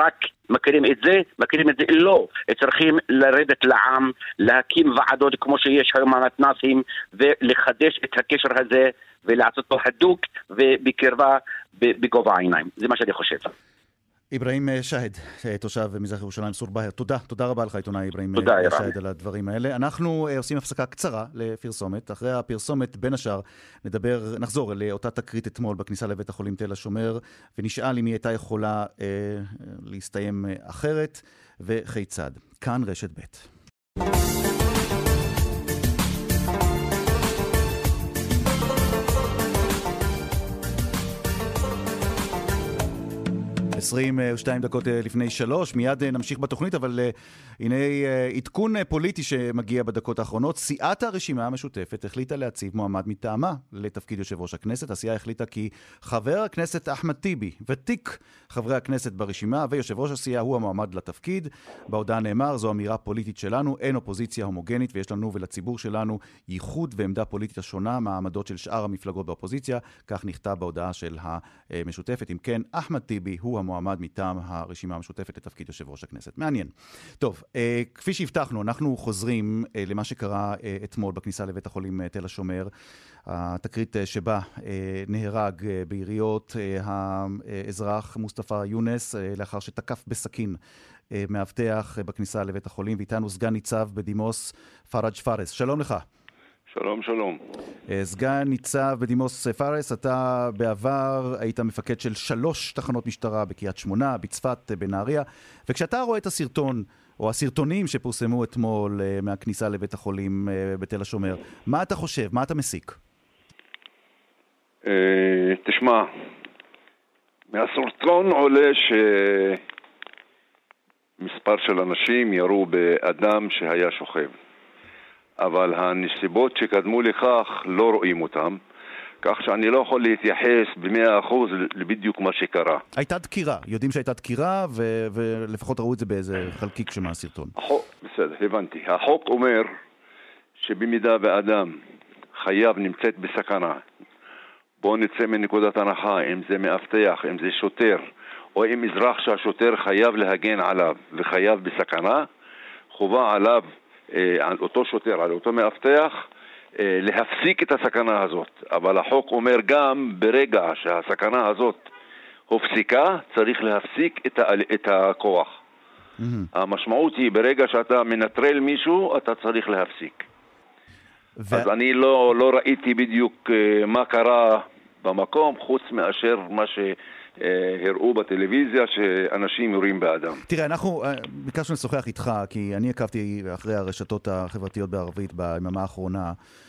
מכירים את זה, מכירים את זה, לא. צריכים לרדת לעם, להקים ועדות כמו שיש היום המתנ"סים, ולחדש את הקשר הזה, ולעשות אותו הדוק ובקרבה בגובה העיניים. זה מה שאני חושב. איברהים שהד, תושב מזרח ירושלים סור באהר, תודה, תודה רבה לך עיתונאי איברהים שהד על הדברים האלה. אנחנו עושים הפסקה קצרה לפרסומת, אחרי הפרסומת בין השאר נדבר, נחזור לאותה תקרית אתמול בכניסה לבית החולים תל השומר, ונשאל אם היא הייתה יכולה אה, להסתיים אחרת וכיצד. כאן רשת ב'. עשרים ושתיים דקות לפני שלוש, מיד נמשיך בתוכנית, אבל הנה עדכון פוליטי שמגיע בדקות האחרונות. סיעת הרשימה המשותפת החליטה להציב מועמד מטעמה לתפקיד יושב ראש הכנסת. הסיעה החליטה כי חבר הכנסת אחמד טיבי, ותיק חברי הכנסת ברשימה ויושב ראש הסיעה הוא המועמד לתפקיד. בהודעה נאמר, זו אמירה פוליטית שלנו, אין אופוזיציה הומוגנית ויש לנו ולציבור שלנו ייחוד ועמדה פוליטית השונה מהעמדות של שאר המפלגות באופוזיציה. כך נכתב בהודעה של המשותפת. אם כן, אחמד טיבי הוא המועמד מטעם הרשימה המשותפת לתפקיד יושב ראש הכנסת. מעניין. טוב, אה, כפי שהבטחנו, אנחנו חוזרים אה, למה שקרה אה, אתמול בכניסה לבית החולים אה, תל השומר. התקרית אה, שבה אה, נהרג אה, ביריות אה, האזרח מוסטפא יונס אה, לאחר שתקף בסכין אה, מאבטח אה, בכניסה לבית החולים. ואיתנו סגן ניצב בדימוס פראג' פארס. שלום לך. שלום, שלום. סגן ניצב בדימוס פארס, אתה בעבר היית מפקד של שלוש תחנות משטרה בקריית שמונה, בצפת, בנהריה, וכשאתה רואה את הסרטון, או הסרטונים שפורסמו אתמול מהכניסה לבית החולים בתל השומר, מה אתה חושב? מה אתה מסיק? תשמע, מהסרטון עולה שמספר של אנשים ירו באדם שהיה שוכב. אבל הנסיבות שקדמו לכך לא רואים אותם, כך שאני לא יכול להתייחס במאה אחוז לבדיוק מה שקרה. הייתה דקירה, יודעים שהייתה דקירה, ו- ולפחות ראו את זה באיזה חלקיק שמהסרטון. החוק, בסדר, הבנתי. החוק אומר שבמידה באדם חייב נמצאת בסכנה, בואו נצא מנקודת הנחה, אם זה מאבטח, אם זה שוטר, או אם אזרח שהשוטר חייב להגן עליו וחייב בסכנה, חובה עליו, על אותו שוטר, על אותו מאבטח, להפסיק את הסכנה הזאת. אבל החוק אומר גם ברגע שהסכנה הזאת הופסיקה, צריך להפסיק את, ה- את הכוח. Mm-hmm. המשמעות היא ברגע שאתה מנטרל מישהו, אתה צריך להפסיק. ו... אז אני לא, לא ראיתי בדיוק מה קרה במקום, חוץ מאשר מה ש... הראו בטלוויזיה שאנשים יורים באדם. תראה, אנחנו ביקשנו לשוחח איתך, כי אני עקבתי אחרי הרשתות החברתיות בערבית ביממה האחרונה,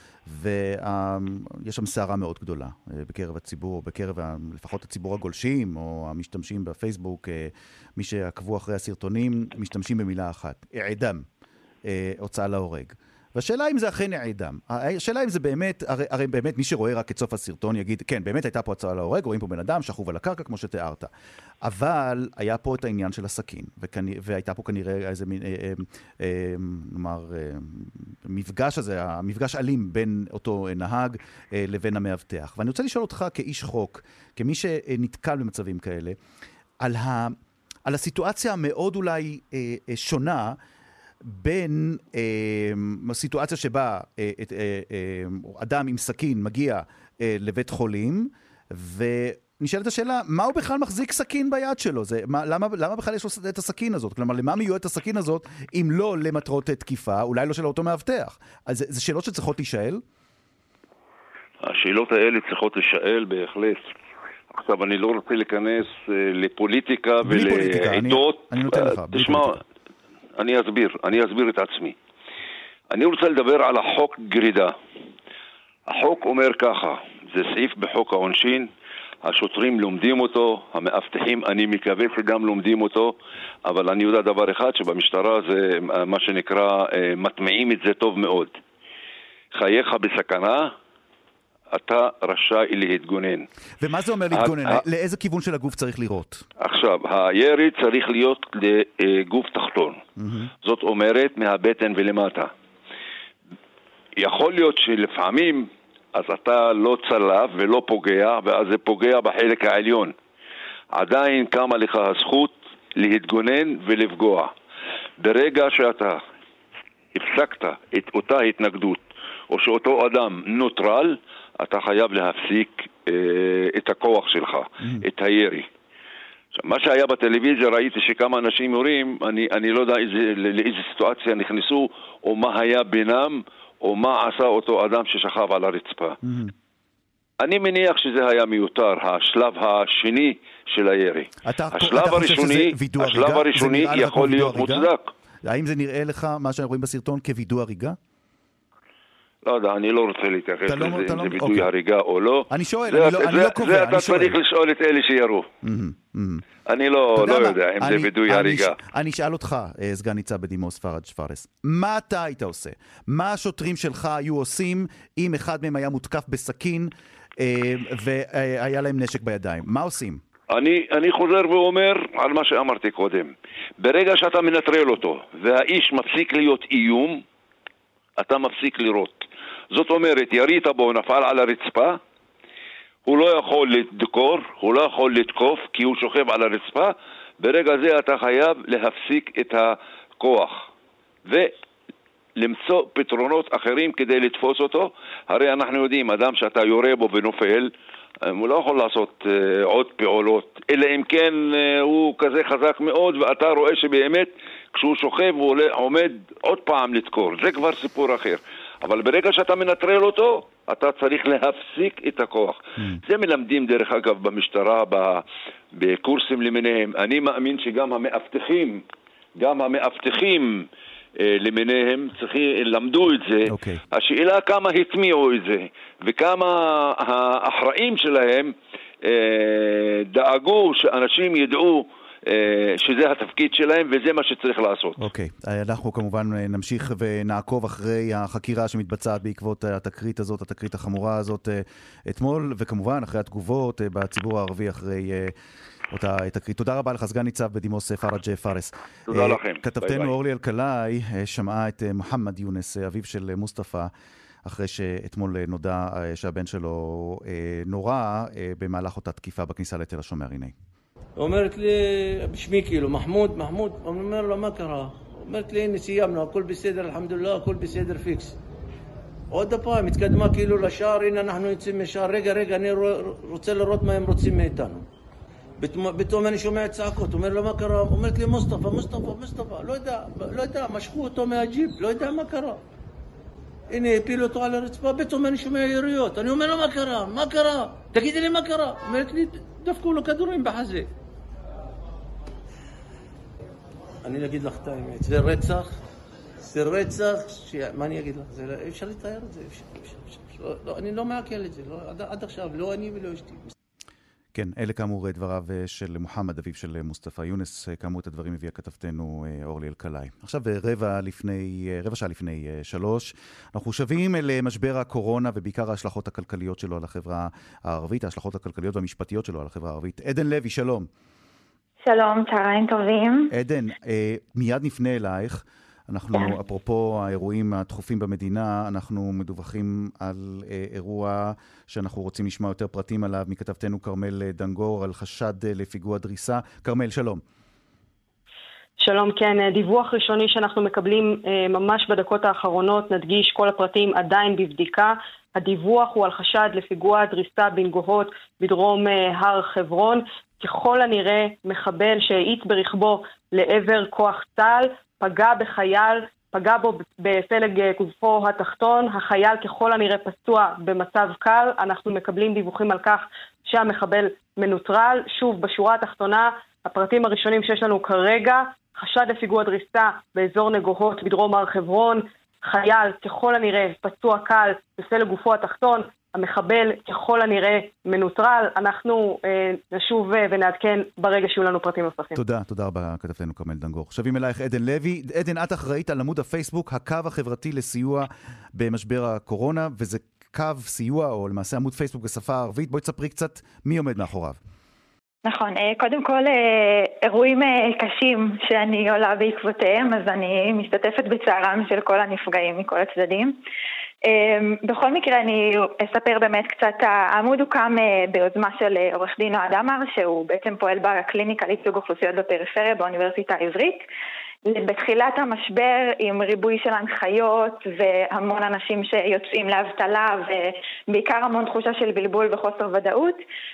ויש שם סערה מאוד גדולה בקרב הציבור, בקרב לפחות הציבור הגולשים, או המשתמשים בפייסבוק, מי שעקבו אחרי הסרטונים, משתמשים במילה אחת, העדם, הוצאה להורג. והשאלה אם זה אכן העדם. השאלה אם זה באמת, הרי, הרי באמת מי שרואה רק את סוף הסרטון יגיד, כן, באמת הייתה פה הצעה להורג, רואים פה בן אדם שכוב על הקרקע כמו שתיארת. אבל היה פה את העניין של הסכין, וכנ... והייתה פה כנראה איזה מין, אה, אה, אה, נאמר, אה, מפגש הזה, המפגש אלים בין אותו נהג אה, לבין המאבטח. ואני רוצה לשאול אותך כאיש חוק, כמי שנתקל במצבים כאלה, על, ה... על הסיטואציה המאוד אולי אה, אה, שונה, בין אה, הסיטואציה שבה אה, אה, אה, אדם עם סכין מגיע אה, לבית חולים, ונשאלת השאלה, מה הוא בכלל מחזיק סכין ביד שלו? זה, מה, למה, למה בכלל יש לו את הסכין הזאת? כלומר, למה מיועד את הסכין הזאת, אם לא למטרות תקיפה, אולי לא של אותו מאבטח? אז זה, זה שאלות שצריכות להישאל? השאלות האלה צריכות להישאל בהחלט. עכשיו, אני לא רוצה להיכנס אה, לפוליטיקה ולעדות. אני, אני נותן לך, בלי תשמע, פוליטיקה. אני אסביר, אני אסביר את עצמי. אני רוצה לדבר על החוק גרידה. החוק אומר ככה, זה סעיף בחוק העונשין, השוטרים לומדים אותו, המאבטחים אני מקווה שגם לומדים אותו, אבל אני יודע דבר אחד, שבמשטרה זה מה שנקרא, מטמיעים את זה טוב מאוד. חייך בסכנה, אתה רשאי להתגונן. ומה זה אומר להתגונן? לאיזה כיוון של הגוף צריך לראות? עכשיו, הירי צריך להיות לגוף תחתון. זאת אומרת, מהבטן ולמטה. יכול להיות שלפעמים, אז אתה לא צלב ולא פוגע, ואז זה פוגע בחלק העליון. עדיין קמה לך הזכות להתגונן ולפגוע. ברגע שאתה הפסקת את אותה התנגדות, או שאותו אדם נוטרל, אתה חייב להפסיק אה, את הכוח שלך, mm. את הירי. מה שהיה בטלוויזיה, ראיתי שכמה אנשים יורים, אני, אני לא יודע איזה, לאיזה סיטואציה נכנסו, או מה היה בינם, או מה עשה אותו אדם ששכב על הרצפה. Mm-hmm. אני מניח שזה היה מיותר, השלב השני של הירי. אתה, השלב אתה הראשוני, השלב הראשוני יכול להיות מוצדק. האם זה נראה לך, מה שאנחנו רואים בסרטון, כווידוא הריגה? לא יודע, אני לא רוצה להתייחס לזה, אם זה וידוי הריגה או לא. אני שואל, אני לא קובע. זה אתה צריך לשאול את אלה שירו. אני לא יודע אם זה וידוי הריגה. אני אשאל אותך, סגן ניצב בדימוס פרג' פארס, מה אתה היית עושה? מה השוטרים שלך היו עושים אם אחד מהם היה מותקף בסכין והיה להם נשק בידיים? מה עושים? אני, אני חוזר ואומר על מה שאמרתי קודם. ברגע שאתה מנטרל אותו והאיש מפסיק להיות איום, אתה מפסיק לירות. זאת אומרת, ירית בו, נפל על הרצפה, הוא לא יכול לדקור, הוא לא יכול לתקוף, כי הוא שוכב על הרצפה. ברגע זה אתה חייב להפסיק את הכוח ולמצוא פתרונות אחרים כדי לתפוס אותו. הרי אנחנו יודעים, אדם שאתה יורה בו ונופל, הוא לא יכול לעשות uh, עוד פעולות, אלא אם כן uh, הוא כזה חזק מאוד, ואתה רואה שבאמת כשהוא שוכב הוא עומד עוד פעם לדקור. זה כבר סיפור אחר. אבל ברגע שאתה מנטרל אותו, אתה צריך להפסיק את הכוח. Mm. זה מלמדים דרך אגב במשטרה, בקורסים למיניהם. אני מאמין שגם המאבטחים, גם המאבטחים אה, למיניהם, צריכים, למדו את זה. Okay. השאלה כמה התמיעו את זה, וכמה האחראים שלהם אה, דאגו שאנשים ידעו שזה התפקיד שלהם וזה מה שצריך לעשות. אוקיי, אנחנו כמובן נמשיך ונעקוב אחרי החקירה שמתבצעת בעקבות התקרית הזאת, התקרית החמורה הזאת אתמול, וכמובן אחרי התגובות בציבור הערבי אחרי אותה תקרית. תודה רבה לך, סגן ניצב בדימוס פרג' פארס. תודה לכם. כתבתנו אורלי אלקלעי שמעה את מוחמד יונס, אביו של מוסטפא, אחרי שאתמול נודע שהבן שלו נורא במהלך אותה תקיפה בכניסה לתל השומר. הנה. אומרת לי בשמי כאילו מחמוד מחמוד, אני אומר לו מה קרה? אומרת לי הנה סיימנו, הכל בסדר, אלחמדולillah, הכל בסדר, פיקס. עוד פעם התקדמה כאילו לשער, הנה אנחנו יוצאים משער, רגע רגע אני רוצה לראות מה הם רוצים מאיתנו. פתאום אני שומע צעקות, אומר לו מה קרה? אומרת לי מוסטפא מוסטפא מוסטפא, לא יודע, לא יודע, משכו אותו מהג'יפ, לא יודע מה קרה. הנה הפילו אותו על הרצפה, פתאום אני שומע יריות, אני אומר לו מה קרה? מה קרה? תגידי לי מה קרה? אומרת לי דפקו לו כדורים בחזה. אני אגיד לך את האמת, זה רצח, זה רצח, מה אני אגיד לך? אפשר לתאר את זה, אני לא מעכל את זה, עד עכשיו, לא אני ולא אשתי. כן, אלה כאמור דבריו של מוחמד, אביו של מוסטפא יונס, כאמור את הדברים הביאה כתבתנו אורלי אלקלעי. עכשיו רבע לפני, רבע שעה לפני שלוש, אנחנו שבים אל משבר הקורונה ובעיקר ההשלכות הכלכליות שלו על החברה הערבית, ההשלכות הכלכליות והמשפטיות שלו על החברה הערבית. עדן לוי, שלום. שלום, צהריים טובים. עדן, מיד נפנה אלייך. אנחנו, אפרופו האירועים הדחופים במדינה, אנחנו מדווחים על אירוע שאנחנו רוצים לשמוע יותר פרטים עליו מכתבתנו קרמל דנגור, על חשד לפיגוע דריסה. קרמל, שלום. שלום, כן, דיווח ראשוני שאנחנו מקבלים ממש בדקות האחרונות, נדגיש כל הפרטים עדיין בבדיקה. הדיווח הוא על חשד לפיגוע דריסה בנגוהות בדרום הר חברון. ככל הנראה מחבל שהאיץ ברכבו לעבר כוח צה"ל, פגע בחייל, פגע בו בפלג גופו התחתון, החייל ככל הנראה פצוע במצב קל, אנחנו מקבלים דיווחים על כך שהמחבל מנוטרל. שוב, בשורה התחתונה, הפרטים הראשונים שיש לנו כרגע, חשד לפיגוע דריסה באזור נגוהות בדרום הר חברון, חייל ככל הנראה פצוע קל בפלג גופו התחתון, המחבל ככל הנראה מנוטרל. אנחנו אה, נשוב ונעדכן ברגע שיהיו לנו פרטים נוספים. תודה, תודה רבה כתבתנו קרמל דנגור. שבים אלייך עדן לוי. עדן, את אחראית על עמוד הפייסבוק, הקו החברתי לסיוע במשבר הקורונה, וזה קו סיוע, או למעשה עמוד פייסבוק בשפה הערבית. בואי תספרי קצת מי עומד מאחוריו. נכון, קודם כל אירועים קשים שאני עולה בעקבותיהם, אז אני משתתפת בצערם של כל הנפגעים מכל הצדדים. בכל מקרה אני אספר באמת קצת, העמוד הוקם ביוזמה של עורך דין אוהד עמר, שהוא בעצם פועל בקליניקה לייצוג אוכלוסיות בפריפריה באוניברסיטה העברית. בתחילת המשבר עם ריבוי של הנחיות והמון אנשים שיוצאים לאבטלה ובעיקר המון תחושה של בלבול וחוסר ודאות,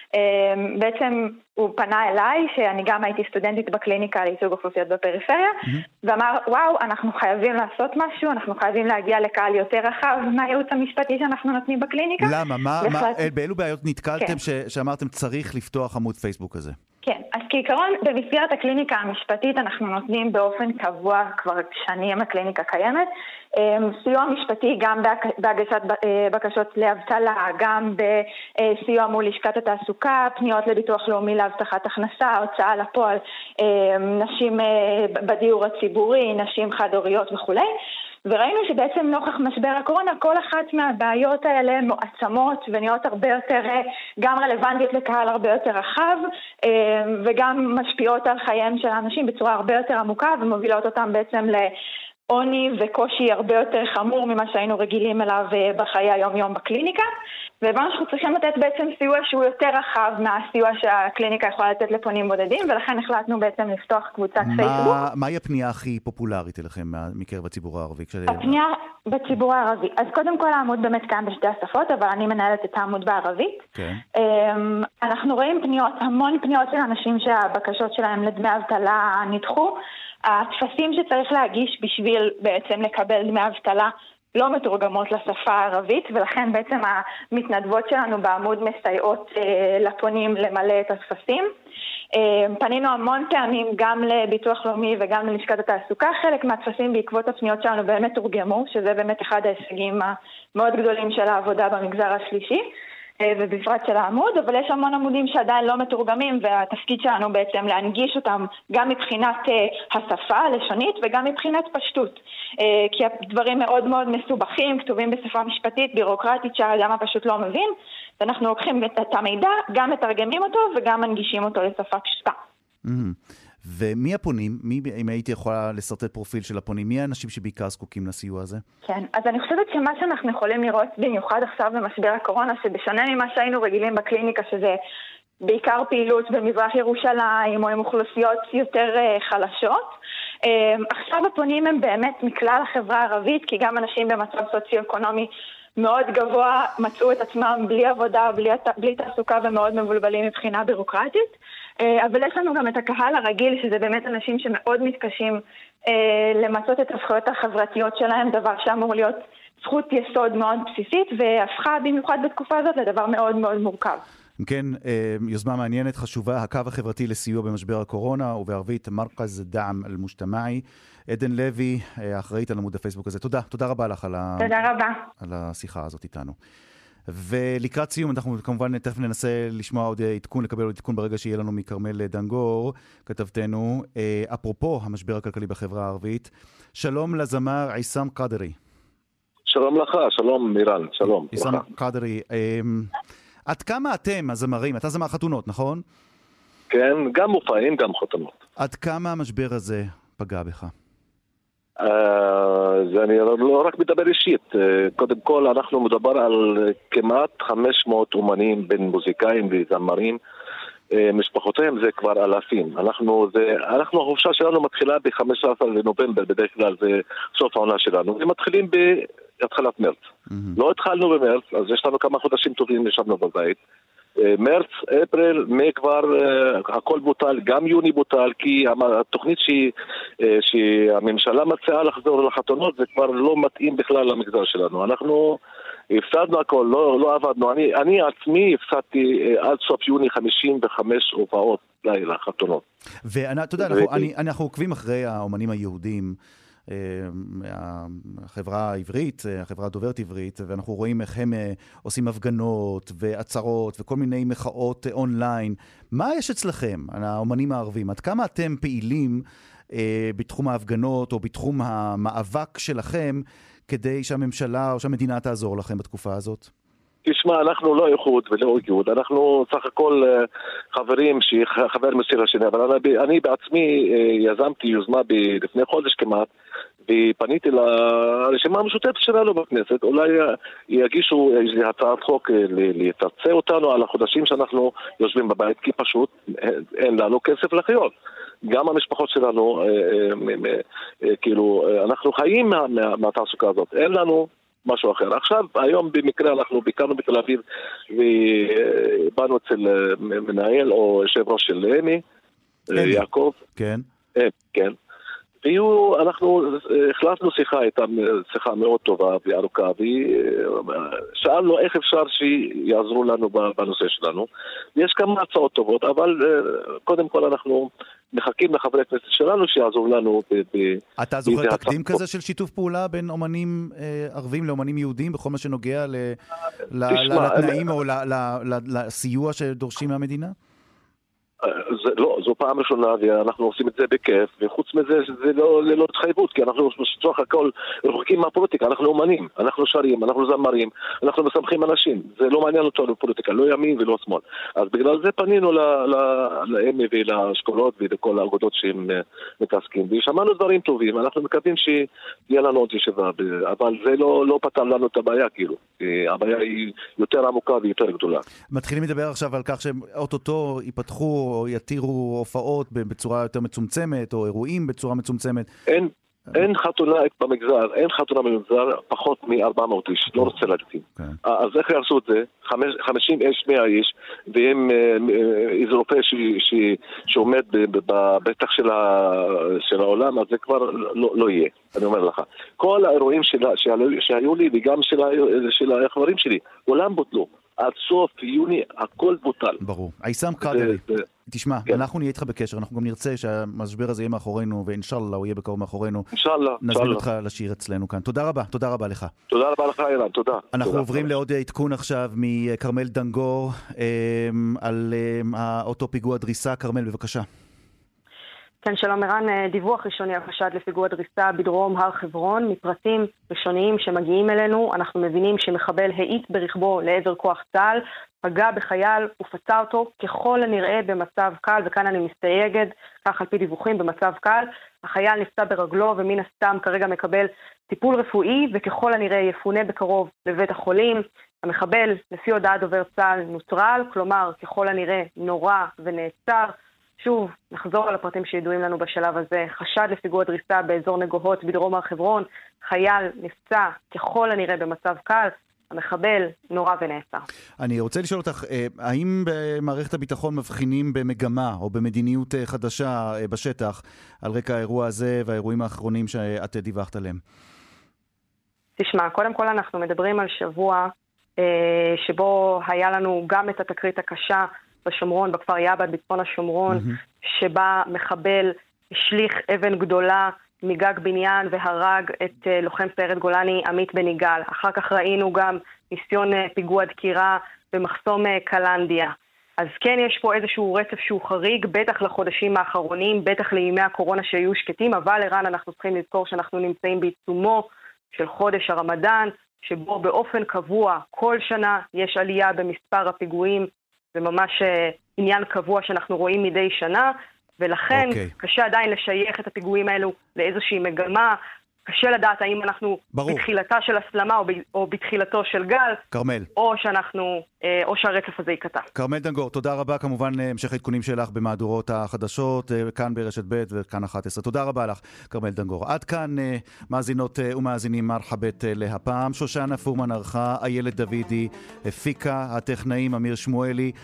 בעצם הוא פנה אליי, שאני גם הייתי סטודנטית בקליניקה לייצוג אוכלוסיות בפריפריה, ואמר, וואו, אנחנו חייבים לעשות משהו, אנחנו חייבים להגיע לקהל יותר רחב מהייעוץ המשפטי שאנחנו נותנים בקליניקה. למה? מה, מה, באילו בעיות נתקלתם כן. ש, שאמרתם צריך לפתוח עמוד פייסבוק הזה? כן, אז כעיקרון במסגרת הקליניקה המשפטית אנחנו נותנים באופן קבוע, כבר שנים הקליניקה קיימת, סיוע משפטי גם בהגשת בקשות לאבטלה, גם בסיוע מול לשכת התעסוקה, פניות לביטוח לאומי להבטחת הכנסה, הוצאה לפועל, נשים בדיור הציבורי, נשים חד-הוריות וכו'. וראינו שבעצם נוכח משבר הקורונה כל אחת מהבעיות האלה מועצמות ונהיות הרבה יותר גם רלוונטיות לקהל הרבה יותר רחב וגם משפיעות על חייהם של האנשים בצורה הרבה יותר עמוקה ומובילות אותם בעצם לעוני וקושי הרבה יותר חמור ממה שהיינו רגילים אליו בחיי היום-יום בקליניקה. והבנו שאנחנו צריכים לתת בעצם סיוע שהוא יותר רחב מהסיוע שהקליניקה יכולה לתת לפונים בודדים, ולכן החלטנו בעצם לפתוח קבוצת פייסבוק. מהי הפנייה הכי פופולרית אליכם מקרב הציבור הערבי? הפנייה בציבור הערבי. אז קודם כל העמוד באמת קיים בשתי השפות, אבל אני מנהלת את העמוד בערבית. כן. אנחנו רואים פניות, המון פניות של אנשים שהבקשות שלהם לדמי אבטלה נדחו. התפסים שצריך להגיש בשביל בעצם לקבל דמי אבטלה לא מתורגמות לשפה הערבית, ולכן בעצם המתנדבות שלנו בעמוד מסייעות אה, לפונים למלא את התפסים. אה, פנינו המון פעמים גם לביטוח לאומי וגם ללשכת התעסוקה. חלק מהתפסים בעקבות הפניות שלנו באמת תורגמו, שזה באמת אחד ההישגים המאוד גדולים של העבודה במגזר השלישי. ובפרט של העמוד, אבל יש המון עמודים שעדיין לא מתורגמים, והתפקיד שלנו בעצם להנגיש אותם גם מבחינת השפה הלשונית וגם מבחינת פשטות. כי הדברים מאוד מאוד מסובכים, כתובים בשפה משפטית, בירוקרטית, שהאדם הפשוט לא מבין, ואנחנו לוקחים את המידע, גם מתרגמים אותו וגם מנגישים אותו לשפה פשוטה. ומי הפונים? מי, אם הייתי יכולה לסרטט פרופיל של הפונים, מי האנשים שבעיקר זקוקים לסיוע הזה? כן, אז אני חושבת שמה שאנחנו יכולים לראות במיוחד עכשיו במשבר הקורונה, שבשונה ממה שהיינו רגילים בקליניקה, שזה בעיקר פעילות במזרח ירושלים או עם אוכלוסיות יותר חלשות, עכשיו הפונים הם באמת מכלל החברה הערבית, כי גם אנשים במצב סוציו-אקונומי מאוד גבוה מצאו את עצמם בלי עבודה, בלי, בלי תעסוקה ומאוד מבולבלים מבחינה בירוקרטית. אבל יש לנו גם את הקהל הרגיל, שזה באמת אנשים שמאוד מתקשים למצות את הזכויות החברתיות שלהם, דבר שאמור להיות זכות יסוד מאוד בסיסית, והפכה במיוחד בתקופה הזאת לדבר מאוד מאוד מורכב. כן, יוזמה מעניינת, חשובה, הקו החברתי לסיוע במשבר הקורונה, ובערבית מרכז דעם אל-מושתמעי. עדן לוי, אחראית על עמוד הפייסבוק הזה. תודה, תודה רבה לך על, ה... תודה רבה. על השיחה הזאת איתנו. ולקראת סיום, אנחנו כמובן תכף ננסה לשמוע עוד עדכון, לקבל עוד עדכון ברגע שיהיה לנו מקרמל דנגור, כתבתנו, אפרופו המשבר הכלכלי בחברה הערבית. שלום לזמר עיסאם קאדרי. שלום לך, שלום מירן, שלום. עיסאם קאדרי, עד כמה אתם, הזמרים, אתה זמר חתונות, נכון? כן, גם מופעים, גם חתונות. עד כמה המשבר הזה פגע בך? זה אני לא רק מדבר אישית. קודם כל אנחנו מדבר על כמעט חמש מאות אומנים בין מוזיקאים וזמרים, משפחותיהם זה כבר אלפים. אנחנו, זה, אנחנו החופשה שלנו מתחילה ב-חמישה עשר לנובמבר, בדרך כלל זה סוף העונה שלנו, ומתחילים בהתחלת מרץ. Mm-hmm. לא התחלנו במרץ, אז יש לנו כמה חודשים טובים ישבנו בבית. מרץ, אפריל, מי כבר הכל בוטל, גם יוני בוטל, כי התוכנית שהממשלה מציעה לחזור לחתונות זה כבר לא מתאים בכלל למגזר שלנו. אנחנו הפסדנו הכל, לא, לא עבדנו. אני, אני עצמי הפסדתי עד סוף יוני חמישים וחמש הופעות לחתונות. ואתה יודע, אנחנו, אני, אנחנו עוקבים אחרי האומנים היהודים, החברה העברית, החברה הדוברת עברית, ואנחנו רואים איך הם עושים הפגנות ועצרות וכל מיני מחאות אונליין. מה יש אצלכם, האומנים הערבים? עד כמה אתם פעילים בתחום ההפגנות או בתחום המאבק שלכם כדי שהממשלה או שהמדינה תעזור לכם בתקופה הזאת? תשמע, אנחנו לא איחוד ולא איגוד, אנחנו סך הכל חברים שחבר מסיר השני, אבל אני, אני בעצמי יזמתי יוזמה לפני חודש כמעט, ופניתי לרשימה המשותפת שלנו בכנסת, אולי יגישו הצעת חוק לתרצה אותנו על החודשים שאנחנו יושבים בבית, כי פשוט אין לנו כסף לחיות. גם המשפחות שלנו, כאילו, אנחנו חיים מהתעסוקה הזאת, אין לנו משהו אחר. עכשיו, היום במקרה אנחנו ביקרנו בתל אביב ובאנו אצל מנהל או יושב ראש של אמי, יעקב. כן. כן. ואנחנו החלטנו שיחה איתם, שיחה מאוד טובה וארוכה, ושאלנו איך אפשר שיעזרו לנו בנושא שלנו. יש כמה הצעות טובות, אבל קודם כל אנחנו מחכים לחברי הכנסת שלנו שיעזרו לנו. אתה זוכר תקדים כזה של שיתוף פעולה בין אומנים ערבים לאומנים יהודים, בכל מה שנוגע לתנאים או לסיוע שדורשים מהמדינה? זה, לא, זו פעם ראשונה ואנחנו עושים את זה בכיף, וחוץ מזה זה לא, ללא התחייבות, כי אנחנו בסך הכל רחוקים מהפוליטיקה, אנחנו אומנים, אנחנו שרים, אנחנו זמרים, אנחנו משמחים אנשים, זה לא מעניין אותנו פוליטיקה, לא ימין ולא שמאל. אז בגלל זה פנינו לאמי ולאשכולות ולכל האגודות שהם מתעסקים, ושמענו דברים טובים, אנחנו מקווים שיהיה לנו עוד ישיבה, אבל זה לא, לא פתר לנו את הבעיה, כאילו, הבעיה היא יותר עמוקה ויותר גדולה. מתחילים לדבר עכשיו על כך שאוטוטו ייפתחו או יתירו הופעות בצורה יותר מצומצמת, או אירועים בצורה מצומצמת. אין, אין חתונה במגזר, אין חתונה במגזר פחות מ-ארבע מאות איש, לא רוצה להקטין. אז איך יעשו את זה? חמישים איש, מאה איש, והם איזה רופא שעומד בפתח של העולם, אז זה כבר לא יהיה, אני אומר לך. כל האירועים שהיו לי, וגם של החברים שלי, עולם בוטלו. עד סוף יוני הכל בוטל. ברור. עיסאם קאדרי, תשמע, אנחנו נהיה איתך בקשר, אנחנו גם נרצה שהמשבר הזה יהיה מאחורינו, ואינשאללה הוא יהיה בקרוב מאחורינו. אינשאללה. נזמין אותך לשיר אצלנו כאן. תודה רבה, תודה רבה לך. תודה רבה לך, אירן, תודה. אנחנו עוברים לעוד עדכון עכשיו מקרמל דנגור, על אותו פיגוע דריסה. קרמל, בבקשה. כן, שלום ערן, דיווח ראשוני על חשד לפיגוע דריסה בדרום הר חברון. מפרטים ראשוניים שמגיעים אלינו, אנחנו מבינים שמחבל העיט ברכבו לעבר כוח צה"ל, פגע בחייל ופצע אותו ככל הנראה במצב קל, וכאן אני מסתייגת, כך על פי דיווחים במצב קל. החייל נפצע ברגלו ומן הסתם כרגע מקבל טיפול רפואי, וככל הנראה יפונה בקרוב לבית החולים. המחבל, לפי הודעת דובר צה"ל, נוטרל, כלומר ככל הנראה נורא ונעצר. שוב, נחזור על הפרטים שידועים לנו בשלב הזה. חשד לפיגוע דריסה באזור נגוהות בדרום הר חברון, חייל נפצע ככל הנראה במצב קל, המחבל נורא ונעצר. אני רוצה לשאול אותך, האם במערכת הביטחון מבחינים במגמה או במדיניות חדשה בשטח על רקע האירוע הזה והאירועים האחרונים שאת דיווחת עליהם? תשמע, קודם כל אנחנו מדברים על שבוע שבו היה לנו גם את התקרית הקשה בשומרון, בכפר יעבד, בצפון השומרון, mm-hmm. שבה מחבל השליך אבן גדולה מגג בניין והרג את uh, לוחם סיירת גולני עמית בן יגאל. אחר כך ראינו גם ניסיון uh, פיגוע דקירה במחסום uh, קלנדיה. אז כן, יש פה איזשהו רצף שהוא חריג, בטח לחודשים האחרונים, בטח לימי הקורונה שהיו שקטים, אבל ערן, אנחנו צריכים לזכור שאנחנו נמצאים בעיצומו של חודש הרמדאן, שבו באופן קבוע כל שנה יש עלייה במספר הפיגועים, זה ממש עניין קבוע שאנחנו רואים מדי שנה, ולכן okay. קשה עדיין לשייך את הפיגועים האלו לאיזושהי מגמה, קשה לדעת האם אנחנו ברור. בתחילתה של הסלמה או, ב, או בתחילתו של גל, קרמל. או שאנחנו, או שהרצף הזה יקטע. קרמל דנגור, תודה רבה, כמובן המשך העדכונים שלך במהדורות החדשות, כאן ברשת ב' וכאן אחת עשרה. תודה רבה לך, קרמל דנגור. עד כאן מאזינות ומאזינים מרחבת להפעם. שושנה פורמן ערכה, איילת דוידי הפיקה, הטכנאים אמיר שמואלי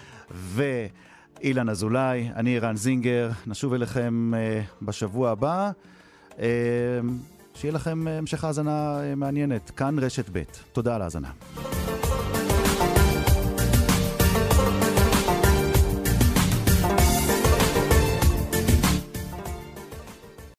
ואילן אזולאי. אני ערן זינגר, נשוב אליכם בשבוע הבא. שיהיה לכם המשך האזנה מעניינת. כאן רשת ב'. תודה על האזנה.